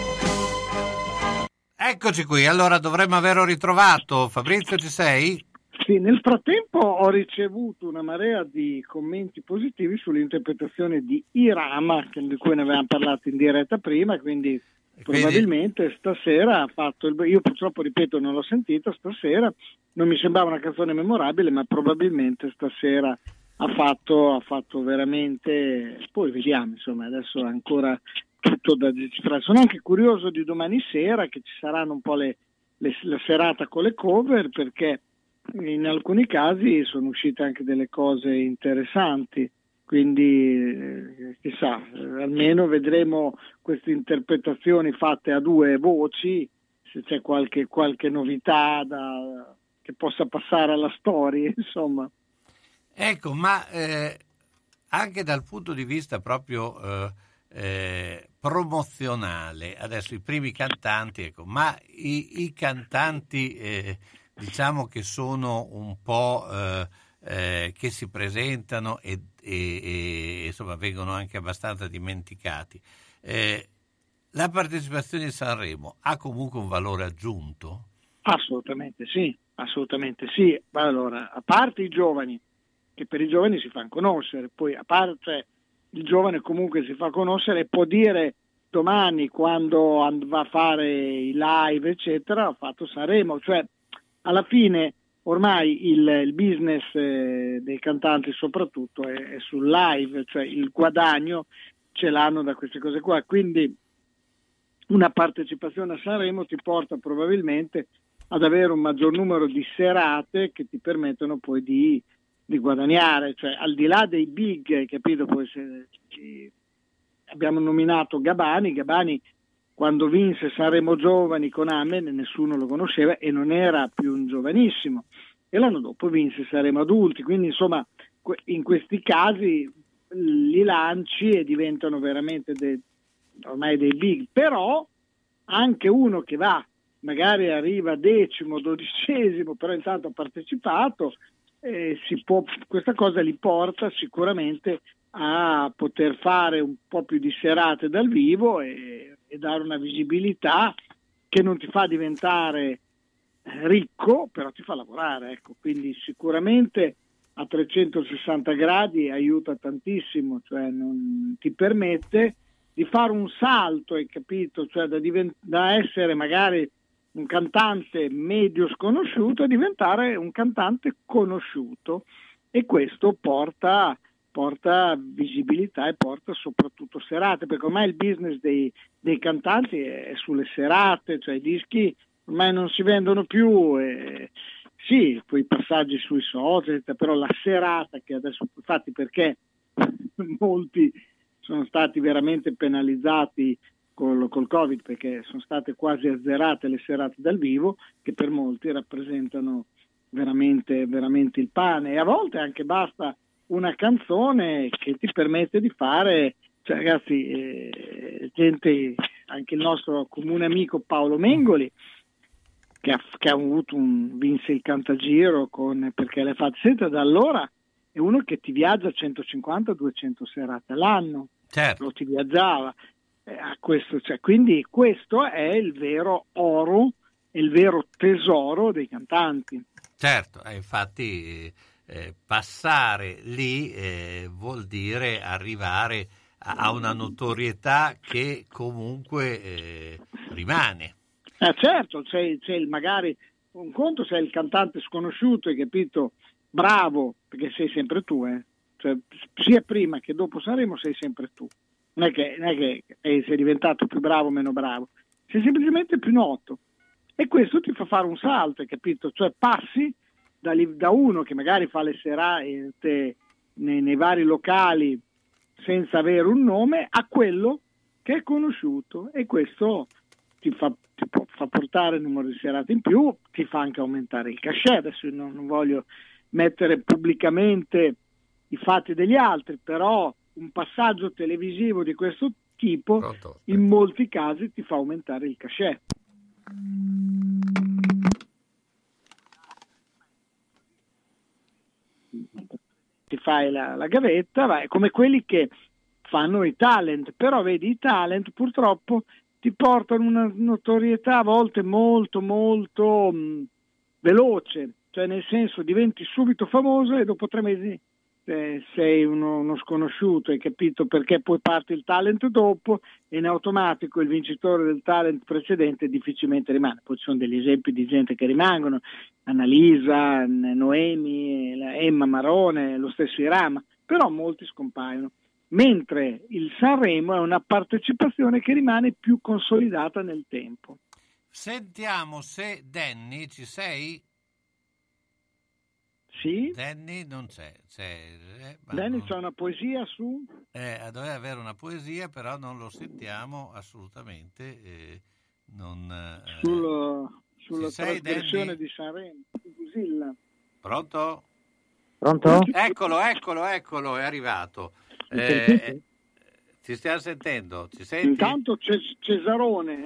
Eccoci qui, allora dovremmo averlo ritrovato. Fabrizio, ci sei? Sì, nel frattempo ho ricevuto una marea di commenti positivi sull'interpretazione di Irama, di cui ne avevamo parlato in diretta prima, quindi, quindi... probabilmente stasera ha fatto il... Io purtroppo, ripeto, non l'ho sentita stasera, non mi sembrava una canzone memorabile, ma probabilmente stasera ha fatto, ha fatto veramente... Poi vediamo, insomma, adesso è ancora... tutto da decifrare. Sono anche curioso di domani sera, che ci saranno un po' le, le, la serata con le cover, perché in alcuni casi sono uscite anche delle cose interessanti, quindi eh, chissà, eh, almeno vedremo queste interpretazioni fatte a due voci, se c'è qualche, qualche novità da, che possa passare alla storia, insomma. Ecco, ma eh, anche dal punto di vista proprio eh, Eh, promozionale, adesso i primi cantanti, ecco, ma i, i cantanti eh, diciamo che sono un po' eh, eh, che si presentano e, e, e insomma vengono anche abbastanza dimenticati. Eh, la partecipazione di Sanremo ha comunque un valore aggiunto? Assolutamente sì, assolutamente sì. Allora, a parte i giovani, che per i giovani si fanno conoscere, poi a parte il giovane comunque si fa conoscere e può dire domani, quando va a fare i live eccetera, ha fatto Sanremo, cioè alla fine ormai il, il business eh, dei cantanti soprattutto è, è sul live, cioè il guadagno ce l'hanno da queste cose qua, quindi una partecipazione a Sanremo ti porta probabilmente ad avere un maggior numero di serate che ti permettono poi di di guadagnare, cioè al di là dei big, capito? Poi se, se, abbiamo nominato Gabani, Gabani quando vinse Sanremo Giovani con Amen nessuno lo conosceva e non era più un giovanissimo, e l'anno dopo vinse Sanremo Adulti, quindi insomma in questi casi li lanci e diventano veramente dei, ormai dei big, però anche uno che va, magari arriva decimo, dodicesimo, però intanto ha partecipato, Eh, si può, questa cosa li porta sicuramente a poter fare un po' più di serate dal vivo e, e dare una visibilità che non ti fa diventare ricco, però ti fa lavorare, ecco. Quindi sicuramente a trecentosessanta gradi aiuta tantissimo, cioè non ti permette di fare un salto, hai capito? Cioè da, divent- da essere magari un cantante medio sconosciuto a diventare un cantante conosciuto, e questo porta, porta visibilità e porta soprattutto serate, perché ormai il business dei, dei cantanti è sulle serate, cioè i dischi ormai non si vendono più, e, sì, poi i passaggi sui social, però la serata che adesso, infatti perché molti sono stati veramente penalizzati col, col Covid, perché sono state quasi azzerate le serate dal vivo, che per molti rappresentano veramente, veramente il pane, e a volte anche basta una canzone che ti permette di fare, cioè ragazzi, eh, gente, anche il nostro comune amico Paolo Mengoli, che ha, che ha avuto un, vinse il Cantagiro con Perché l'hai fatto, senta, da allora è uno che ti viaggia centocinquanta duecento serate all'anno, certo. Lo ti viaggiava, eh, a questo, cioè, quindi questo è il vero oro, il vero tesoro dei cantanti. Certo, eh, infatti eh, passare lì eh, vuol dire arrivare a, a una notorietà che comunque eh, rimane. Eh certo, c'è, c'è il, magari un conto se è il cantante sconosciuto, hai capito, bravo, perché sei sempre tu, eh. Cioè, sia prima che dopo Sanremo sei sempre tu, non è che, non è che eh, sei diventato più bravo o meno bravo, sei semplicemente più noto, e questo ti fa fare un salto, hai capito, cioè passi da, da uno che magari fa le serate nei, nei vari locali senza avere un nome a quello che è conosciuto, e questo ti fa, ti fa portare il numero di serate in più, ti fa anche aumentare il cachet. Adesso non, non voglio mettere pubblicamente i fatti degli altri, però un passaggio televisivo di questo tipo Pronto. in molti casi ti fa aumentare il cachet. Ti fai la, la gavetta, vai, come quelli che fanno i talent, però vedi i talent purtroppo ti portano una notorietà a volte molto molto mh, veloce, cioè nel senso diventi subito famoso e dopo tre mesi eh, sei uno, uno sconosciuto, hai capito, perché poi parte il talent dopo e in automatico il vincitore del talent precedente difficilmente rimane. Poi ci sono degli esempi di gente che rimangono, Annalisa, Noemi, Emma Marone, lo stesso Irama, però molti scompaiono. Mentre il Sanremo è una partecipazione che rimane più consolidata nel tempo. Sentiamo se Danny, ci sei? Sì. Danny non c'è. c'è eh, Danny non... c'è una poesia su? Eh, doveva avere una poesia, però non lo sentiamo assolutamente. Eh, non, eh... Sullo, sulla sei, trasgressione Danny? di Sanremo. Busilla. Pronto? Pronto? Eccolo, eccolo, eccolo, è arrivato. Eh, ci stiamo sentendo, ci senti? Intanto c'è Cesarone,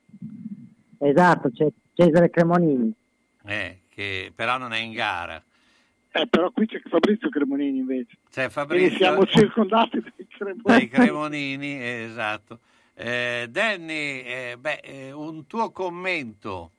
eh? Esatto, c'è Cesare Cremonini, eh, che però non è in gara. Eh, però qui c'è Fabrizio Cremonini invece. C'è Fabrizio... E siamo circondati dai Cremonini. Dai Cremonini, esatto. Eh, Danny, eh, beh, eh, un tuo commento.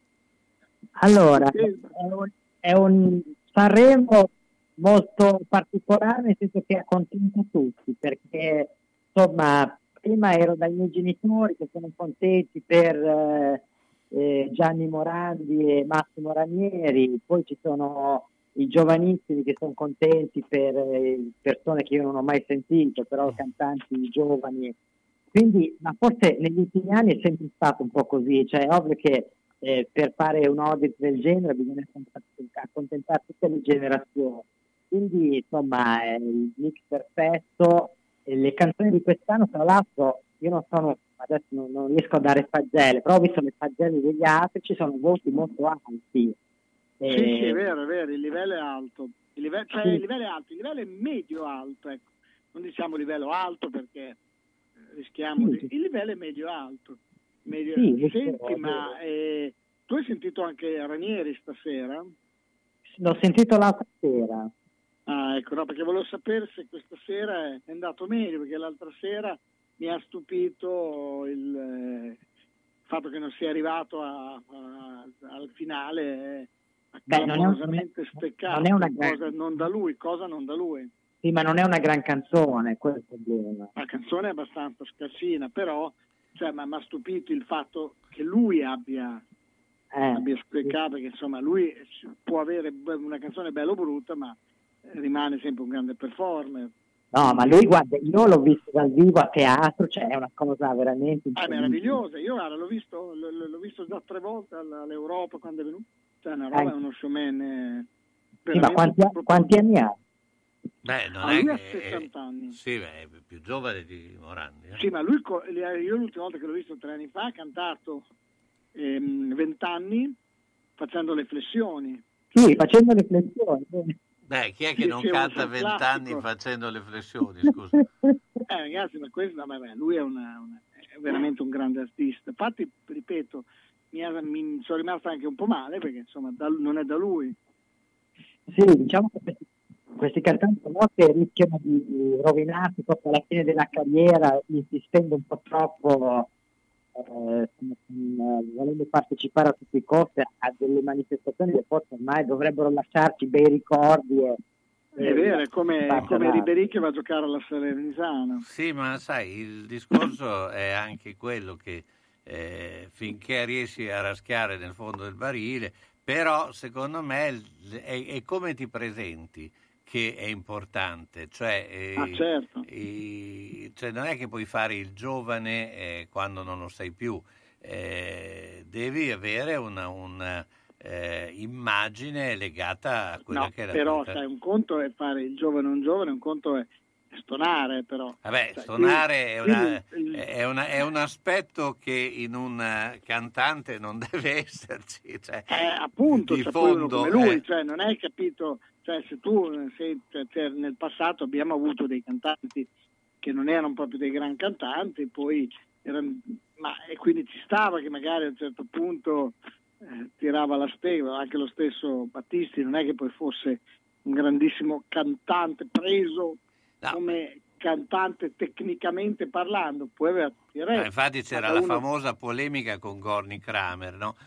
Allora, è un, è un Sanremo molto particolare, nel senso che accontenta tutti, perché insomma prima ero dai miei genitori che sono contenti per eh, eh, Gianni Morandi e Massimo Ranieri, poi ci sono i giovanissimi che sono contenti per eh, persone che io non ho mai sentito, però cantanti giovani, quindi, ma forse negli ultimi anni è sempre stato un po' così, cioè è ovvio che eh, per fare un audit del genere bisogna accontentare tutte le generazioni. Quindi insomma è il mix perfetto, e le canzoni di quest'anno tra l'altro io non sono, adesso non, non riesco a dare pagelle, però ho visto le pagelle degli altri, ci sono voti molto alti. Sì, e... sì, è vero, è vero, il livello è alto, il livello, cioè sì. il livello è alto, il livello è medio alto, ecco, non diciamo livello alto perché rischiamo sì. di... il livello è medio alto. Medio... Sì, Senti, sì, ma eh, tu hai sentito anche Ranieri stasera? L'ho sentito l'altra sera. Ah, ecco, no, perché volevo sapere se questa sera è andato meglio, perché l'altra sera mi ha stupito il, eh, il fatto che non sia arrivato a, a, al finale, eh, clamorosamente steccato, non è una cosa gran... non da lui, cosa non da lui. Sì, ma non è una gran canzone, quello è il problema. La canzone è abbastanza scarsina, però cioè, mi ha stupito il fatto che lui abbia, eh, abbia sprecato, sì. perché insomma lui può avere una canzone bella o brutta, ma rimane sempre un grande performer. No, ma lui, guarda, io l'ho visto dal vivo a teatro, cioè è una cosa veramente È meravigliosa, io guarda, l'ho visto l- l'ho visto già tre volte all'Europa quando è venuto, cioè una roba, Eh. è uno showman eh, Sì, ma quanti, proprio- quanti anni ha? Beh, non Ah, è lui ha che sessanta anni. Sì, beh, è più giovane di Morandi. eh. Sì, ma lui, co- io l'ultima volta che l'ho visto tre anni fa ha cantato vent'anni facendo le flessioni. Sì, facendo le flessioni. Beh, chi è che Sì, non sì, è un canta vent'anni classico. facendo le flessioni, scusa? Eh ragazzi, ma questo, no, vabbè, lui è, una, una- è veramente un grande artista. Infatti, ripeto, mi, ha- mi sono rimasto anche un po' male perché insomma da- non è da lui. Sì, diciamo che questi- questi cantanti no, che rischiano di rovinarsi proprio alla fine della carriera, insistendo un po' troppo, eh, con- volendo partecipare a tutti i costi a delle manifestazioni che forse ormai dovrebbero lasciarci bei ricordi. E, È vero, è come, basta come là. Ribéry che va a giocare alla Salernitana. Sì, ma sai, il discorso è anche quello che eh, finché riesci a raschiare nel fondo del barile, però secondo me il- è, è come ti presenti che è importante, cioè, eh, Ah, certo. i- cioè non è che puoi fare il giovane eh, quando non lo sei più, eh, devi avere una, una, eh, immagine legata a quella No, che è la però tua- sai, un conto è fare il giovane un giovane, un conto è stonare però. Vabbè, Cioè, stonare è, quindi- una- quindi il- è, una- è un aspetto che in un eh, cantante non deve esserci. Cioè, Eh, appunto, di c'è poi uno fondo, come lui, eh. cioè non hai capito, cioè se tu eh, sei, cioè, cioè, nel passato abbiamo avuto dei cantanti che non erano proprio dei gran cantanti, poi erano, ma e quindi ci stava che magari a un certo punto eh, tirava la stega, anche lo stesso Battisti non è che poi fosse un grandissimo cantante preso come cantante tecnicamente parlando, può avere tutti i No, re. infatti c'era Ma la uno- famosa polemica con Gorny Kramer, no?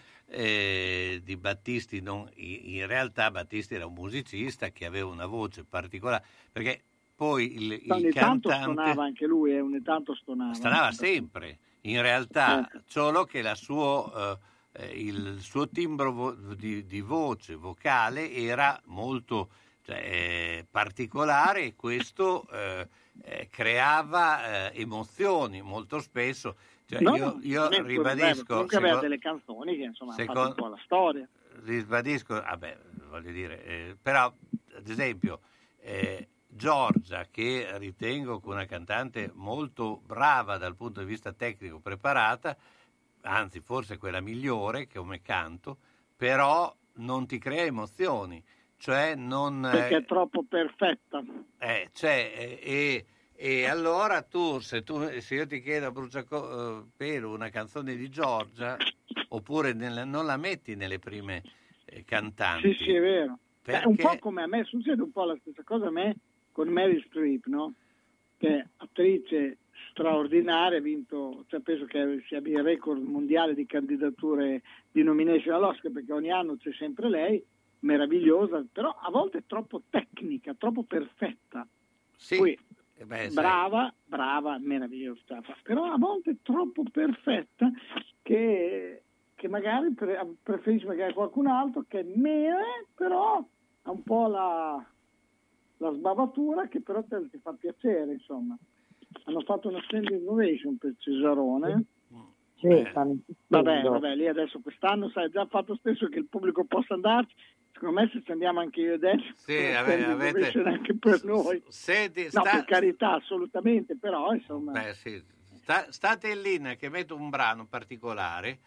Eh, di Battisti. Non, in in realtà Battisti era un musicista che aveva una voce particolare, perché poi il, il ogni tanto cantante stonava anche lui, eh, ogni tanto stonava. stanava sempre, in realtà, Certo. solo che la suo, eh, eh, il suo timbro vo- di, di voce vocale era molto cioè, eh, particolare e questo eh, eh, creava eh, emozioni molto spesso. Cioè, No, io no, io non è ribadisco, comunque aveva seco- delle canzoni che insomma hanno secondo- fatto un po' la storia. ribadisco, vabbè, voglio dire, eh, però ad esempio eh, Giorgia, che ritengo una cantante molto brava dal punto di vista tecnico, preparata, anzi forse quella migliore come canto, però non ti crea emozioni, cioè non... Perché eh, è troppo perfetta. eh, cioè, eh, e, e allora tu se, tu, se io ti chiedo a bruciapelo una canzone di Giorgia, oppure nella- non la metti nelle prime eh, cantanti. Sì, sì, è vero. Perché- È un po' come a me, succede un po' la stessa cosa a me con Meryl Streep, no? Che è attrice straordinaria, ha vinto, cioè penso che sia il record mondiale di candidature di nomination all'Oscar, perché ogni anno c'è sempre lei, meravigliosa, però a volte è troppo tecnica, troppo perfetta. Sì. Poi, Eh beh, sai, brava, brava, meravigliosa, però a volte è troppo perfetta che, che magari pre- preferisce magari qualcun altro che è meno, però ha un po' la, la sbavatura che però te, ti fa piacere, insomma. Hanno fatto una standing ovation per Cesarone. Sì, Eh. stanno Vabbè, insistendo. vabbè, lì adesso quest'anno sai, è già fatto stesso che il pubblico possa andarci. Secondo me se ci andiamo anche io e Dennis, Sì, una ave- standing avete- ovation anche per noi. Senti, No, sta- per carità, assolutamente, però insomma... Beh, sì. Sta- state in linea che metto un brano particolare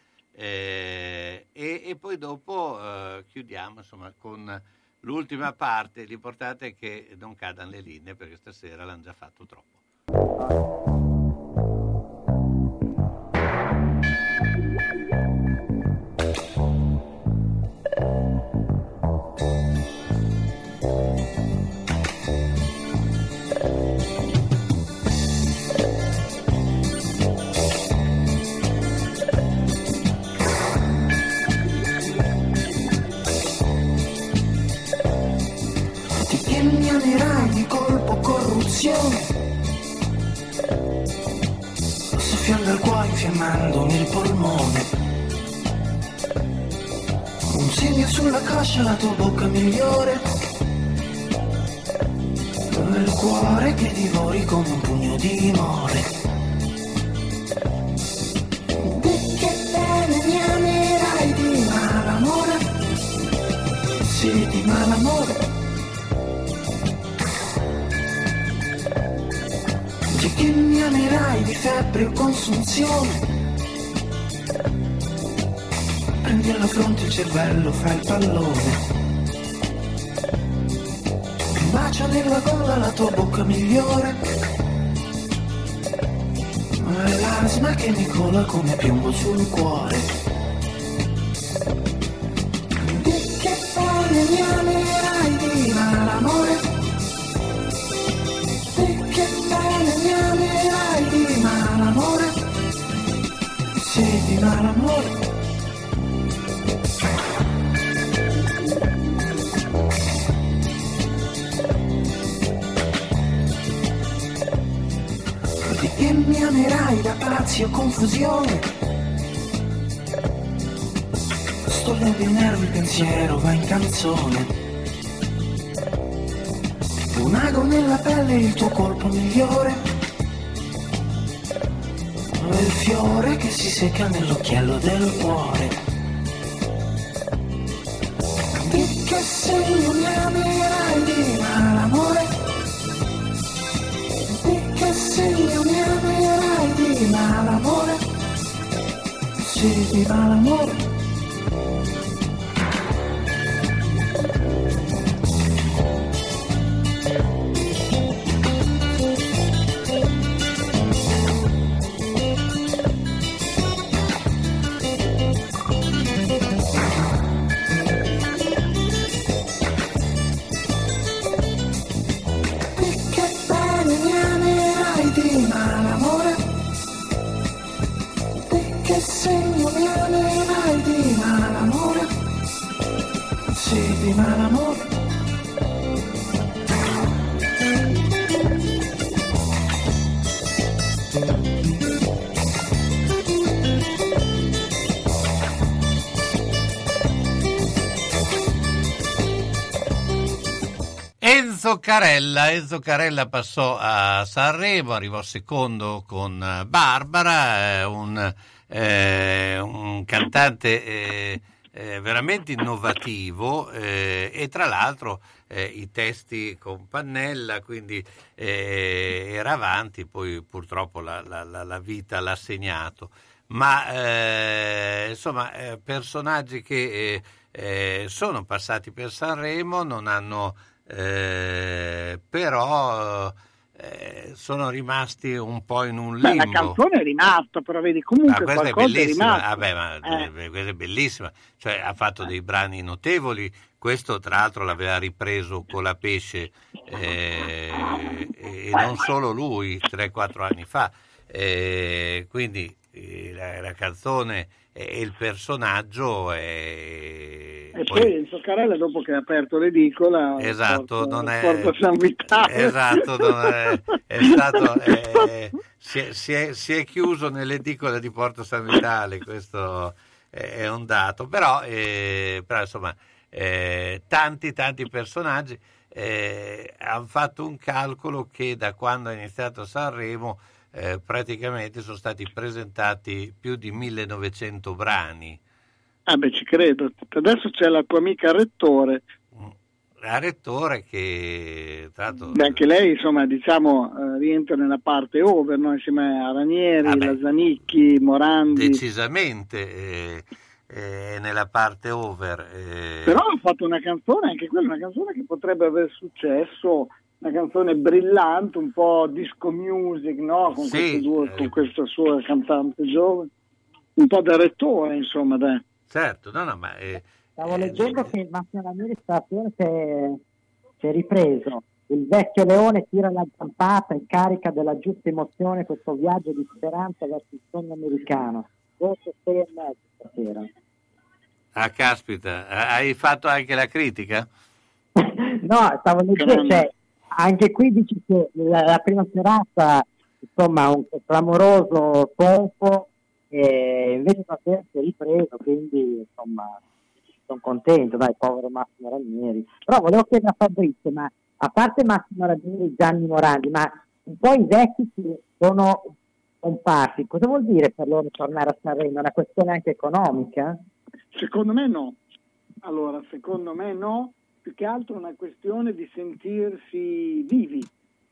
eh, e, e poi dopo eh, chiudiamo insomma con l'ultima parte. L'importante è che non cadano le linee perché stasera l'hanno già fatto troppo. Ti ingagnerai di colpo corruzione, soffiando al cuore, infiammandomi il polmone. Un segno sulla coscia, la tua bocca migliore, dove quel cuore che divori come un pugno di mole. Di che bene mi amerai di malamore, sì di malamore. Di che mi amerai di febbre o consunzione. Prendi alla fronte il cervello fra il pallone. Bacia nella gola la tua bocca migliore. È l'asma che mi cola come piombo sul cuore. Di che bene mi amerai di malamore. Di che bene mi amerai di malamore. Sì, di malamore. Che mi amerai da pazzi o confusione. Stollendo i nervi il pensiero va in canzone. Un ago nella pelle il tuo colpo migliore. Il fiore che si secca nell'occhiello del cuore. Di che segno mi amerai di malamore. Che segno mi amerai di malamore, sì di malamore. Di malamore. Enzo Carella, Enzo Carella passò a Sanremo, arrivò secondo con Barbara, eh, un, eh, un cantante eh, Eh, veramente innovativo eh, e tra l'altro eh, i testi con Pannella, quindi eh, era avanti, poi purtroppo la, la, la vita l'ha segnato, ma eh, insomma eh, personaggi che eh, eh, sono passati per Sanremo, non hanno eh, però eh, sono rimasti un po' in un limbo. Beh, la canzone è rimasta, però vedi comunque ah, qualcosa è bellissima. è rimasto. Vabbè, ma eh. questa è bellissima, cioè ha fatto dei brani notevoli. Questo tra l'altro l'aveva ripreso con la Pesce eh, e non solo lui, tre quattro anni fa, eh, quindi eh, la, la canzone e il personaggio è... e poi Enzo Carella dopo che ha aperto l'edicola esatto, porta, non è porta San Vitale. esatto, non è, è stato è, si, è, si, è, si è chiuso nell'edicola di Porto San Vitale, questo è, è un dato, però, eh, però insomma eh, tanti tanti personaggi eh, hanno fatto un calcolo che da quando è iniziato Sanremo Eh, praticamente sono stati presentati più di millenovecento brani. Ah beh, ci credo. Adesso c'è la tua amica Rettore. La Rettore che tra l'altro... Beh, anche lei insomma diciamo eh, rientra nella parte over, no? Insieme a Ranieri, ah Lazzanicchi, Morandi. Decisamente eh, eh, nella parte over. Eh. Però ha fatto una canzone, anche quella una canzone che potrebbe aver successo, una canzone brillante, un po' disco music, no? Con, sì, due, eh. con questa sua cantante giovane, un po' da Rettore, insomma, dai. Certo, no, no, ma... Eh, Stavo eh, leggendo che Massimo Ranieri stazione si è, si è ripreso. Il vecchio leone tira la zampata e carica della giusta emozione questo viaggio di speranza verso il sogno americano. Voto sei e mezzo stasera. Ah, caspita, hai fatto anche la critica? No, stavo leggendo, cioè, anche qui dici che la, la prima serata, insomma, un clamoroso tonfo, e invece stasera si è ripreso, quindi insomma sono contento, dai, povero Massimo Ranieri. Però volevo chiedere a Fabrizio, ma a parte Massimo Radini, Gianni Morandi, ma un po' i vecchi che sono comparsi, cosa vuol dire per loro tornare a Sanremo? È una questione anche economica? Secondo me no. Allora, secondo me no, più che altro è una questione di sentirsi vivi,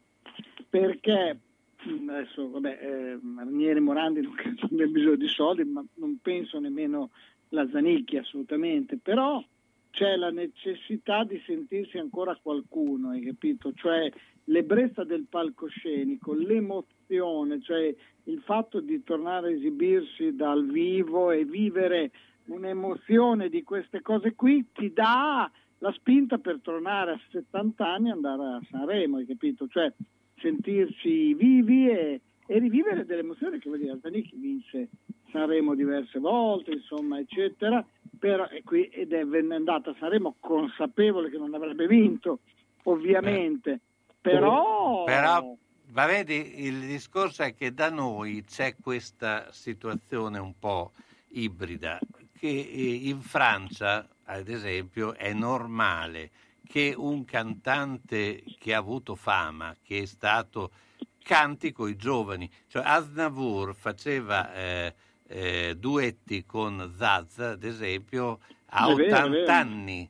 perché adesso, vabbè, eh, Ranieri Morandi non credo abbia bisogno di soldi, ma non penso nemmeno la Zanicchi assolutamente, però c'è la necessità di sentirsi ancora qualcuno, hai capito? Cioè l'ebbrezza del palcoscenico, l'emozione, cioè il fatto di tornare a esibirsi dal vivo e vivere un'emozione di queste cose qui ti dà la spinta per tornare a settanta anni e andare a Sanremo, hai capito? Cioè sentirsi vivi e, e rivivere delle emozioni che vuol dire, Zanicchi vinse Sanremo diverse volte, insomma, eccetera, però è qui ed è andata a Sanremo consapevole che non avrebbe vinto, ovviamente, eh. però... però ma vedi, il discorso è che da noi c'è questa situazione un po' ibrida, che in Francia, ad esempio, è normale che un cantante che ha avuto fama, che è stato, canti coi giovani. Cioè Aznavour faceva eh, eh, duetti con Zaz, ad esempio, a ottanta anni.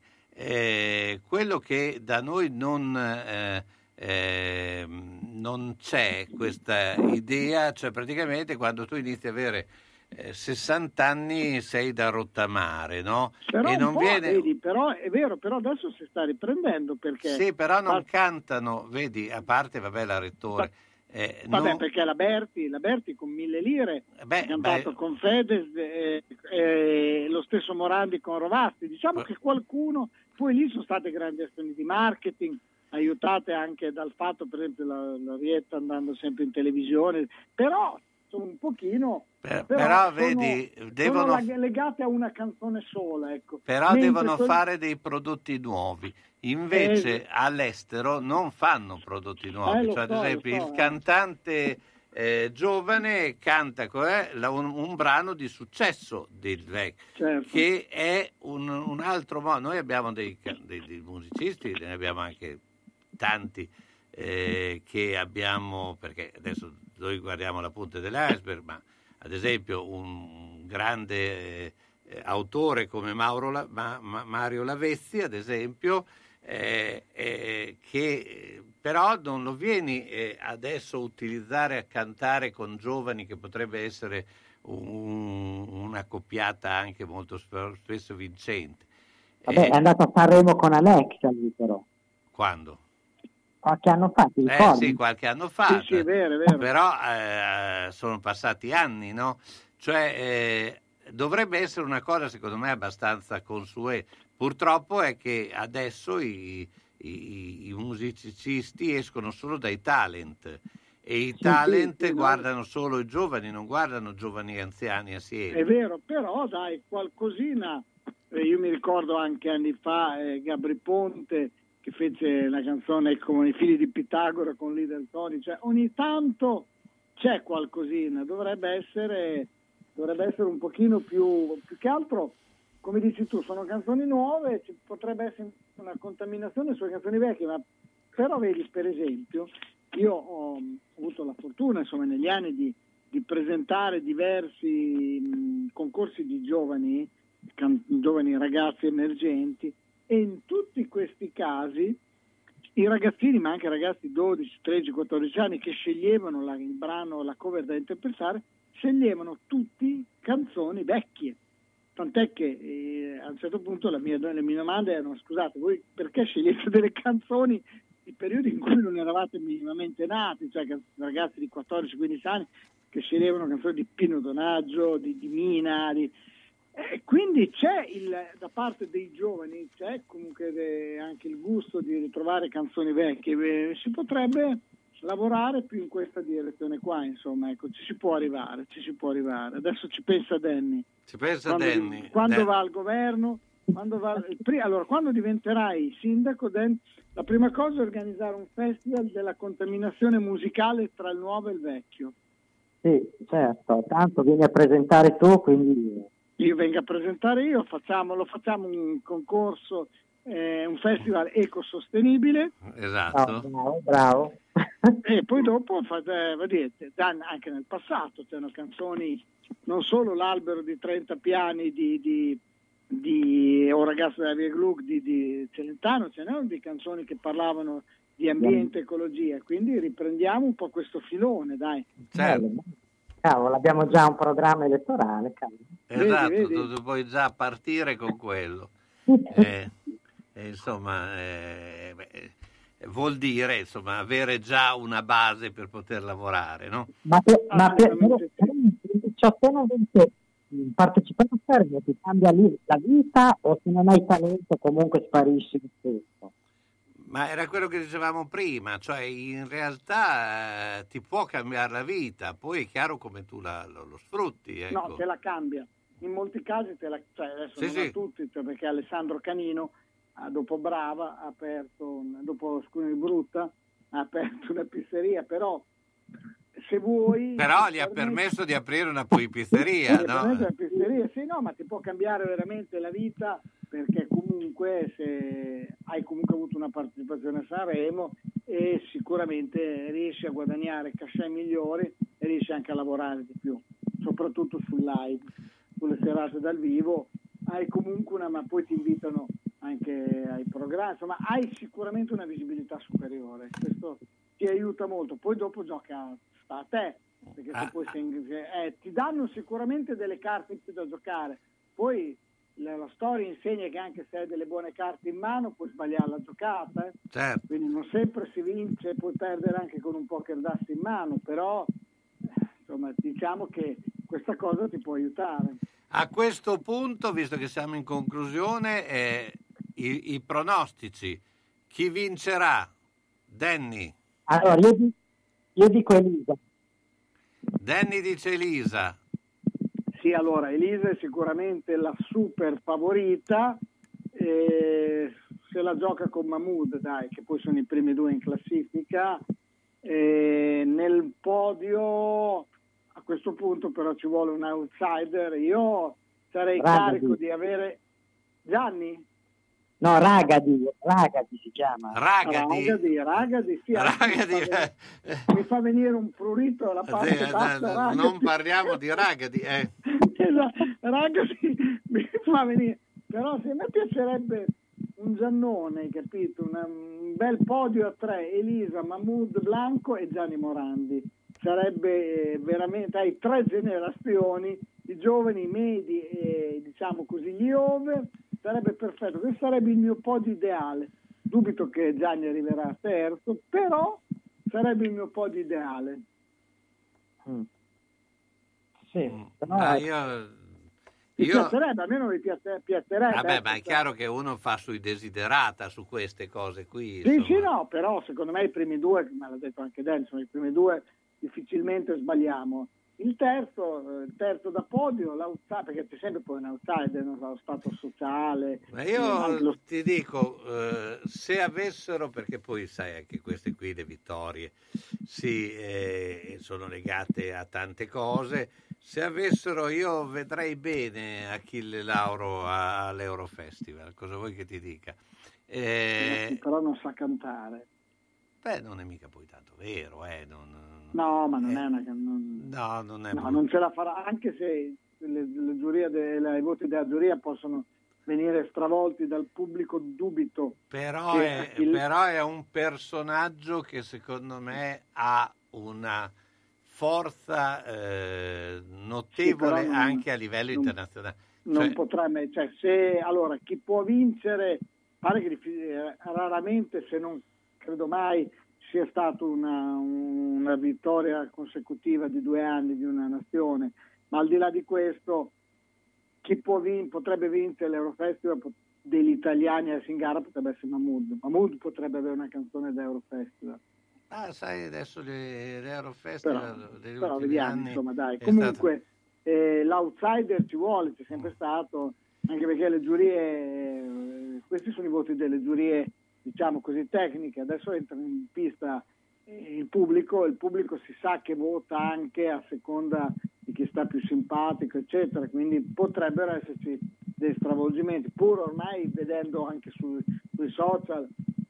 Eh, quello che da noi non, eh, eh, non c'è questa idea, cioè praticamente quando tu inizi a avere Eh, sessanta anni sei da rottamare, no? Però e non viene... vedi, però è vero, però adesso si sta riprendendo perché... Sì, però non Basta... cantano, vedi, a parte, vabbè, la Rettore... Eh, vabbè, non... perché la Berti, la Berti con mille lire beh, ha cantato beh... con Fedez, eh, eh, lo stesso Morandi con Rovasti. Diciamo beh... che qualcuno... Poi lì sono state grandi azioni di marketing, aiutate anche dal fatto, per esempio, la, la Rietta andando sempre in televisione, però... sono un pochino per, però, però sono, vedi devono sono legate a una canzone sola, ecco. Però Mentre devono quel... fare dei prodotti nuovi, invece eh, all'estero non fanno prodotti nuovi, eh, cioè so, ad esempio so, il eh. cantante eh, giovane canta eh, la, un, un brano di successo del vecchio, certo. Che è un, un altro modo. Noi abbiamo dei, dei, dei musicisti, ne abbiamo anche tanti eh, che abbiamo, perché adesso noi guardiamo la punta dell'iceberg, ma ad esempio un grande eh, autore come Mauro La, ma, ma, Mario Lavezzi, ad esempio, eh, eh, che però non lo vieni eh, adesso utilizzare a cantare con giovani, che potrebbe essere un, una coppiata anche molto spesso vincente. Vabbè, eh, è andato a Sanremo con Alexa lui, però. Quando? Qualche anno fa, ti ricordi? Eh sì, qualche anno fa, sì, sì, è vero, è vero. Però eh, sono passati anni, no? Cioè eh, dovrebbe essere una cosa secondo me abbastanza consueta. Purtroppo è che adesso i, i, i musicisti escono solo dai talent e i sì, talent sì, sì, guardano no. solo i giovani, non guardano giovani e anziani assieme. È vero, però dai, qualcosina, eh, io mi ricordo anche anni fa eh, Gabri Ponte che fece una canzone come I figli di Pitagora con Lidl Tony, cioè ogni tanto c'è qualcosina, dovrebbe essere dovrebbe essere un pochino più più che altro, come dici tu, sono canzoni nuove, ci potrebbe essere una contaminazione sulle canzoni vecchie, ma però vedi, per esempio, io ho avuto la fortuna, insomma, negli anni di, di presentare diversi mh, concorsi di giovani, can, giovani ragazzi emergenti, e in tutti questi casi i ragazzini, ma anche ragazzi dodici, tredici, quattordici anni che sceglievano la, il brano, la cover da interpretare, sceglievano tutti canzoni vecchie. Tant'è che eh, a un certo punto la mia, le mie domande erano: scusate, voi perché scegliete delle canzoni di periodi in cui non eravate minimamente nati, cioè ragazzi di quattordici quindici anni che sceglievano canzoni di Pino Donaggio, di, di Mina, di... E quindi c'è il, da parte dei giovani c'è comunque de, anche il gusto di ritrovare canzoni vecchie. Si potrebbe lavorare più in questa direzione qua, insomma, ecco, ci si può arrivare, ci si può arrivare. Adesso ci pensa Danny. Ci pensa quando, Danny. Quando Dan... va al governo, quando va, allora quando diventerai sindaco, Dan, la prima cosa è organizzare un festival della contaminazione musicale tra il nuovo e il vecchio. Sì, certo, tanto vieni a presentare tu, quindi... Io vengo a presentare io, facciamo, lo facciamo un concorso è un festival ecosostenibile. Esatto. Bravo, bravo. E poi dopo fate, vedete, anche nel passato c'erano canzoni, non solo l'albero di trenta piani di, di, di O ragazzo della Via Gluck di, di Celentano, ce n'erano di canzoni che parlavano di ambiente e ecologia, quindi riprendiamo un po' questo filone, dai. Certo. Cavolo, abbiamo già un programma elettorale, cavolo. Esatto, vedi, vedi? Tu, tu puoi già partire con quello. Eh, eh, insomma, eh, beh, vuol dire insomma avere già una base per poter lavorare, no? Ma per, ma per, per, per il diciotto venti partecipare a Sanremo ti cambia lì la vita, o se non hai talento comunque sparisci lo stesso? Ma era quello che dicevamo prima, cioè in realtà eh, ti può cambiare la vita, poi è chiaro come tu la, lo, lo sfrutti. Ecco. No, te la cambia. In molti casi te la, cioè adesso Sì, non sì. a tutti, cioè perché Alessandro Canino ah, dopo Brava ha aperto, un, dopo Scusami Brutta ha aperto una pizzeria, però se vuoi... Però gli ha permesso di aprire una poi pizzeria, Sì, no? una pizzeria, sì, no, ma ti può cambiare veramente la vita, perché comunque se hai comunque avuto una partecipazione a Sanremo e sicuramente riesci a guadagnare cachet migliori e riesci anche a lavorare di più, soprattutto sul live, sulle serate dal vivo, hai comunque una, ma poi ti invitano anche ai programmi, insomma hai sicuramente una visibilità superiore, questo ti aiuta molto, poi dopo gioca sta a te, perché se poi sei, eh, ti danno sicuramente delle carte in più da giocare, poi la, la storia insegna che anche se hai delle buone carte in mano puoi sbagliare la giocata, eh? Certo. Quindi non sempre si vince, puoi perdere anche con un poker d'asse in mano, però insomma diciamo che questa cosa ti può aiutare. A questo punto, visto che siamo in conclusione, eh, i, i pronostici, chi vincerà? Danny. Allora, io, di- io dico Elisa. Danny dice Elisa. Sì, allora Elisa è sicuramente la super favorita, eh, se la gioca con Mahmood, dai, che poi sono i primi due in classifica. Eh, nel podio a questo punto però ci vuole un outsider, io sarei Ragadi. carico di avere Gianni? No, Ragadi, Ragadi si chiama. Ragadi. Ragadi, Ragadi, sì, Ragadi, mi, fa, mi fa venire un prurito alla parte Eh, bassa, eh, Ragadi. non parliamo di Ragadi, eh. Esatto, Ragadi mi fa venire, però se a me piacerebbe un Giannone, capito? Una, un bel podio a tre, Elisa, Mahmood, Blanco e Gianni Morandi. Sarebbe veramente, hai tre generazioni, i giovani, i medi e diciamo così gli over, sarebbe perfetto. Questo sarebbe il mio podio ideale. Dubito che Gianni arriverà terzo, però sarebbe il mio podio ideale. Mm. Sì, però Ah, io, Mi io, piacerebbe, almeno mi piace- piacerebbe. vabbè, ma è chiaro che uno fa sui desiderata su queste cose qui. Sì, insomma. sì, no, però secondo me i primi due, me l'ha detto anche Dan, insomma, i primi due difficilmente sbagliamo. Il terzo, eh, il terzo da podio, l'outsider, perché c'è sempre poi un outsider, non so, lo stato sociale. Ma anche io lo- ti dico, eh, se avessero, perché poi sai anche queste qui, le vittorie, sì, eh, sono legate a tante cose, se avessero io vedrei bene Achille Lauro a- all'Eurofestival, cosa vuoi che ti dica? Eh, Però non sa cantare. beh, non è mica poi tanto vero, eh, non, No, ma non è una... Non, no, non è no, brutto. non ce la farà, anche se le, le giuria de- le- i voti della giuria possono venire stravolti dal pubblico, dubito. Però che è, il- però è un personaggio che secondo me ha una forza eh, notevole Sì, però non- anche a livello non- internazionale. non Cioè, potrà mai, cioè se allora chi può vincere, pare che eh, raramente, se non credo mai, sia stata una, una vittoria consecutiva di due anni di una nazione, ma al di là di questo chi può vin- potrebbe vincere l'Eurofestival pot- degli italiani a Singara potrebbe essere Mahmood. Mahmood potrebbe avere una canzone da Eurofestival. ah, sai, adesso le, le Eurofestival Però, degli però ultimi vediamo, anni insomma, dai. è Comunque eh, l'outsider ci vuole, c'è sempre stato, anche perché le giurie, eh, questi sono i voti delle giurie, diciamo così, tecniche. Adesso entrano in pista eh, il pubblico, il pubblico si sa che vota anche a seconda di chi sta più simpatico, eccetera, quindi potrebbero esserci dei stravolgimenti, pur ormai vedendo anche su, sui social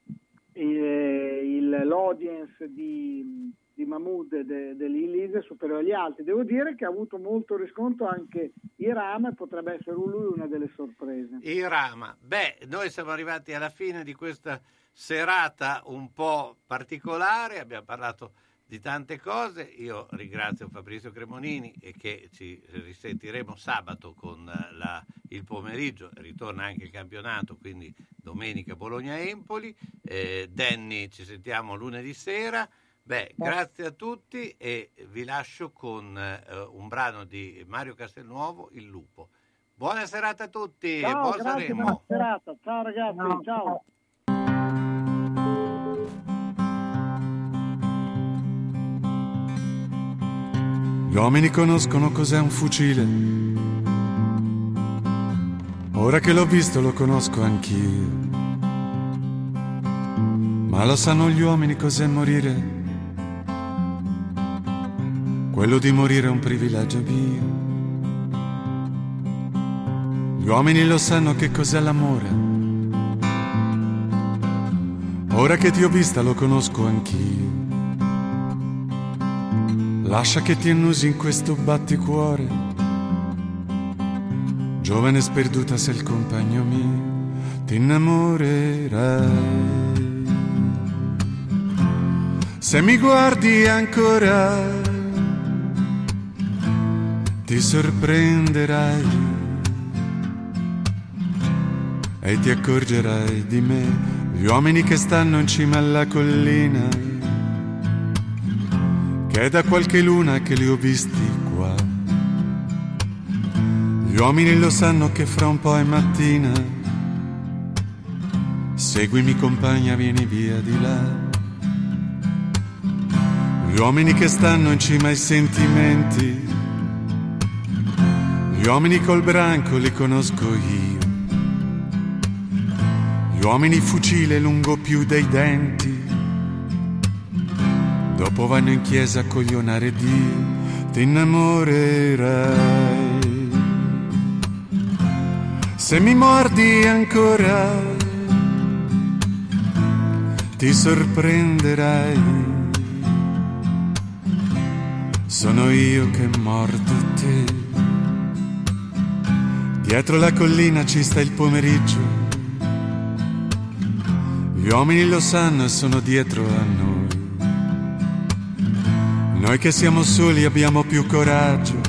il, l'audience di, di Mahmood de, dell'Ilise superiore agli altri. Devo dire che ha avuto molto riscontro anche Irama, e potrebbe essere lui una delle sorprese. Irama, beh, noi siamo arrivati alla fine di questa serata un po' particolare, abbiamo parlato di tante cose. Io ringrazio Fabrizio Cremonini e che ci risentiremo sabato con la, il pomeriggio, ritorna anche il campionato, quindi domenica Bologna-Empoli. eh, Danny, ci sentiamo lunedì sera. Beh, grazie a tutti e vi lascio con eh, un brano di Mario Castelnuovo, Il Lupo. Buona serata a tutti. Ciao, Buon grazie, Sanremo. buona serata. Ciao ragazzi, no, ciao. Gli uomini conoscono cos'è un fucile. Ora che l'ho visto lo conosco anch'io. Ma lo sanno gli uomini cos'è morire. Quello di morire è un privilegio mio. Gli uomini lo sanno che cos'è l'amore. Ora che ti ho vista lo conosco anch'io. Lascia che ti annusi in questo batticuore. Giovane sperduta sei il compagno mio, ti innamorerai. Se mi guardi ancora, ti sorprenderai e ti accorgerai di me. Gli uomini che stanno in cima alla collina, che è da qualche luna che li ho visti qua. Gli uomini lo sanno che fra un po' è mattina. Seguimi compagna, vieni via di là. Gli uomini che stanno in cima ai sentimenti, gli uomini col branco li conosco io. Gli uomini fucile lungo più dei denti, dopo vanno in chiesa a coglionare Dio, ti innamorerai. Se mi mordi ancora, ti sorprenderai. Sono io che mordo te. Dietro la collina ci sta il pomeriggio. Gli uomini lo sanno e sono dietro a noi. Noi che siamo soli abbiamo più coraggio.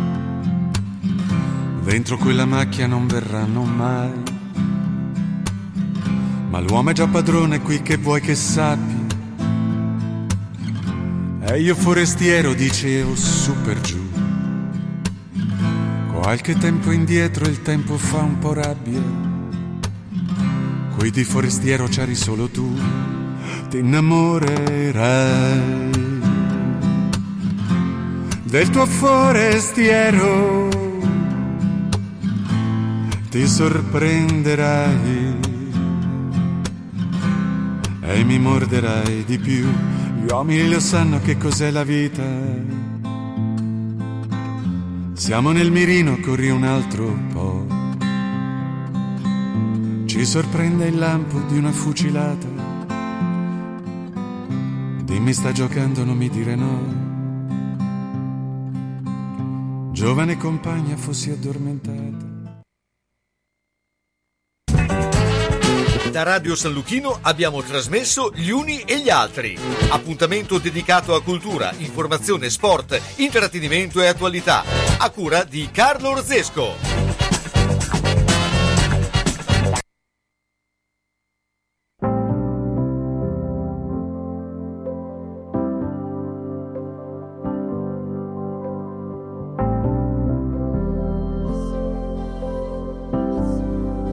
Dentro quella macchia non verranno mai. Ma l'uomo è già padrone qui, che vuoi che sappi. E io forestiero dicevo su per giù. Qualche tempo indietro il tempo fa un po' rabbia. Qui di forestiero c'eri solo tu, ti innamorerai del tuo forestiero, ti sorprenderai e mi morderai di più. Gli uomini lo sanno che cos'è la vita. Siamo nel mirino, corri un altro po'. Ci sorprende il lampo di una fucilata. Dimmi, sta giocando, non mi dire no. Giovane compagna, fossi addormentata. Da Radio San Luchino abbiamo trasmesso Gli Uni e gli Altri. Appuntamento dedicato a cultura, informazione, sport, intrattenimento e attualità. A cura di Carlo Orzesco.